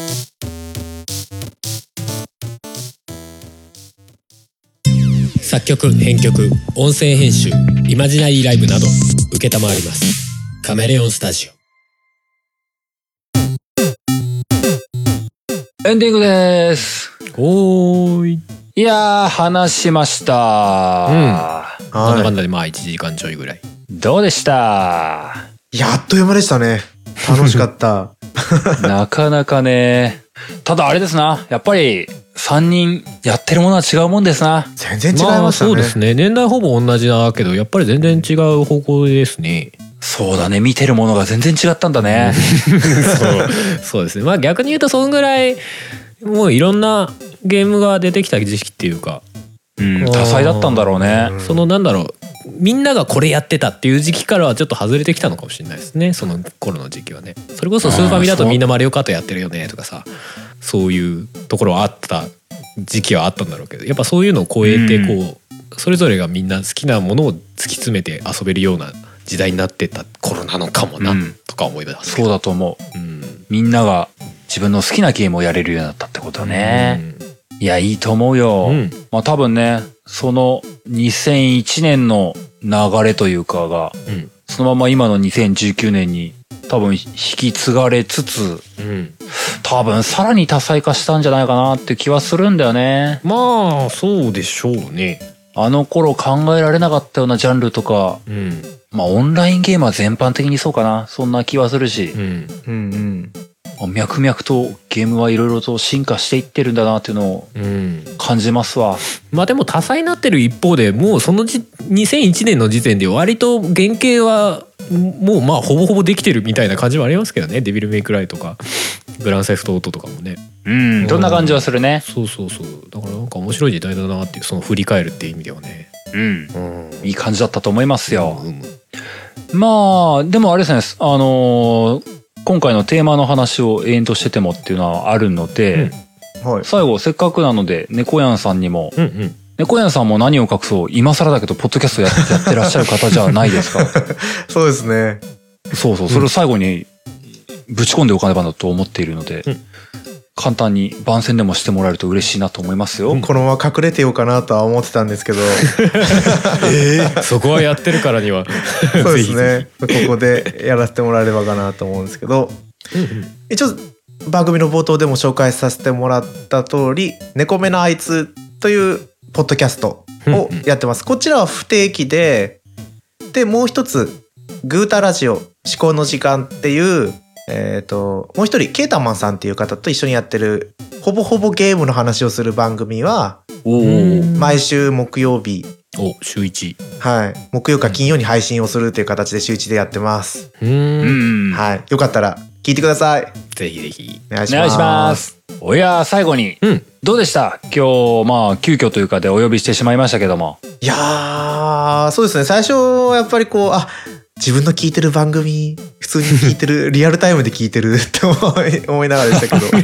作曲編曲音声編集イマジナリーライブなど承りますカメレオンスタジオ。エンディングです。 おーい。 いやー話しました、うん、 なんだかんだでまあいちじかんちょいぐらい。 どうでした？ やっという間でしたね。楽しかった。 なかなかね。ただあれですな、やっぱりさんにんやってるものは違うもんですな。 全然違いましたね。 まあ、そうですね。年代ほぼ同じだけどやっぱり全然違う方向ですね。 そうだね。見てるものが全然違ったんだね。 そうそうですね。まあ逆に言うとそんぐらいもういろんなゲームが出てきた時期っていうか、 うん、多彩だったんだろうね。 そのなんだろう、みんながこれやってたっていう時期からはちょっと外れてきたのかもしれないですね。その頃の時期はね。それこそスーファミだとみんなマリオカートやってるよねとかさ、そういうところはあった時期はあったんだろうけど、やっぱそういうのを超えてこう、うん、それぞれがみんな好きなものを突き詰めて遊べるような時代になってた頃なのかもな、うん、とか思います。 そうだと思う、うん、みんなが自分の好きなゲームをやれるようになったってことね、うん、いやいいと思うよ、うん、まあ多分ねそのにせんいちねんの流れというかが、うん、そのまま今のにせんじゅうきゅうねんに多分引き継がれつつ、うん、多分さらに多彩化したんじゃないかなって気はするんだよね。 まあそうでしょうね。 あの頃考えられなかったようなジャンルとか、うん、まあオンラインゲームは全般的にそうかな、そんな気はするし、うんうんうん、脈々とゲームはいろいろと進化していってるんだなっていうのを感じますわ、 うん、まあでも多彩になってる一方でもうそのじにせんいちねんの時点で割と原型はもうまあほぼほぼできてるみたいな感じはありますけどね。デビルメイクライとかグランセフトオートとかもね。 うんどんな感じはするね。 そうそうそう。だからなんか面白い時代だなっていう、その振り返るっていう意味ではね。 うん、うん、いい感じだったと思いますよ。うんうん、まあでもあれですね、あのー、今回のテーマの話を延々としててもっていうのはあるので、うんはい、最後せっかくなので猫やんさんにも、うんうん、猫やんさんも何を隠そう今更だけどポッドキャストやってやってらっしゃる方じゃないですか。 そうですね。 そうそう、それを最後にぶち込んでおかねばなと思っているので、うん、簡単に番宣でもしてもらえると嬉しいなと思いますよ。 このまま隠れてようかなとは思ってたんですけど、 えー、そこはやってるからにはそうですね。ここでやらせてもらえればかなと思うんですけど、一応番組の冒頭でも紹介させてもらった通り、猫目のあいつというポッドキャストをやってます。こちらは不定期で、でもう一つグータラジオ思考の時間っていう、えーともう一人ケータマンさんっていう方と一緒にやってるほぼほぼゲームの話をする番組は毎週木曜日、 お週一、 はい、木曜か金曜に配信をするという形で週一でやってます。うん、はい、よかったら聞いてください。 ぜひぜひお願いします。 おや最後に、うん、どうでした今日。まあ急遽というかでお呼びしてしまいましたけども。 いやーそうですね、最初やっぱりこうあ自分の聞いてる番組普通に聞いてるリアルタイムで聞いてるって思い、思いながらでしたけどで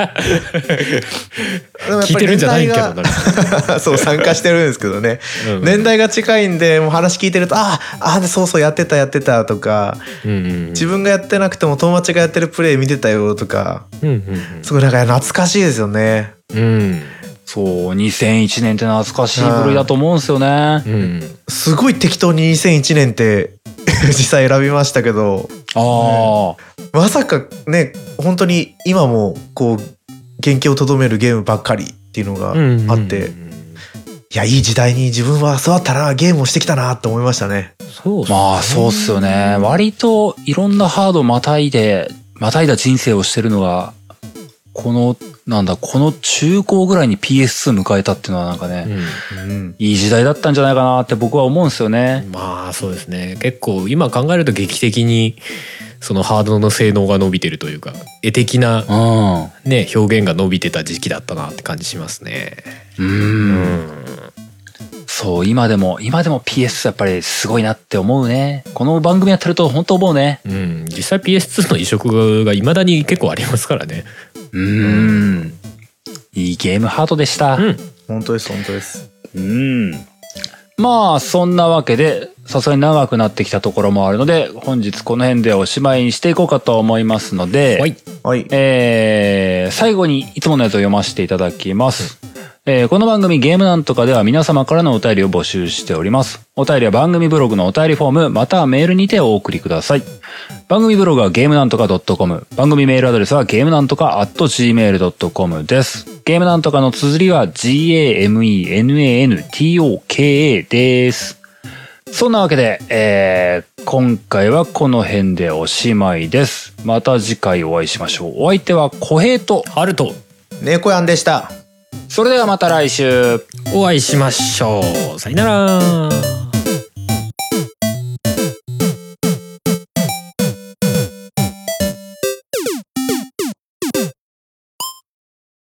もやっぱり聞いてるんじゃないけどなそう参加してるんですけどね、うんうん、年代が近いんでもう話聞いてるとああそうそうやってたやってたとか、うんうんうん、自分がやってなくても友達がやってるプレイ見てたよとか、うんうんうん、すごいなんか懐かしいですよね。うんそうにせんいちねんって懐かしい部類だと思うんですよね、うん、 すごい適当ににせんいちねんって実際選びましたけど、あ、ね、まさかね本当に今もこう原型をとどめるゲームばっかりっていうのがあって、うんうんうん、いやいい時代に自分は育ったなゲームをしてきたなって思いましたね。 そうまあそうっすよね。割といろんなハードをまたいでまたいだ人生をしてるのがこのなんだこの中高ぐらいに ピーエスツー 迎えたっていうのはなんかね、うんうん、いい時代だったんじゃないかなって僕は思うんですよね。 まあそうですね。結構今考えると劇的にそのハードの性能が伸びてるというか絵的な、うん、ね表現が伸びてた時期だったなって感じしますね。うんうんそう今でも今でも ピーエスツー やっぱりすごいなって思うね。この番組やってると本当思うね。 うん、実際 ピーエスツー の移植が未だに結構ありますからね。 うーんいいゲームハードでした。うん、 本当です本当です。 うんまあそんなわけでさすがに長くなってきたところもあるので本日この辺でおしまいにしていこうかと思いますので、はいはい、えー、最後にいつものやつを読ませていただきます。えー、この番組ゲームなんとかでは皆様からのお便りを募集しております。お便りは番組ブログのお便りフォームまたはメールにてお送りください。番組ブログはゲームなんとか .com、 番組メールアドレスはゲームなんとか アットジーメールドットコム です。ゲームなんとかの綴りは ジーエーエムイーエヌエーエヌティーオーケーエー です。そんなわけで、えー、今回はこの辺でおしまいです。また次回お会いしましょう。お相手は小平と春と猫やんでした。 それではまた来週お会いしましょう。さよなら。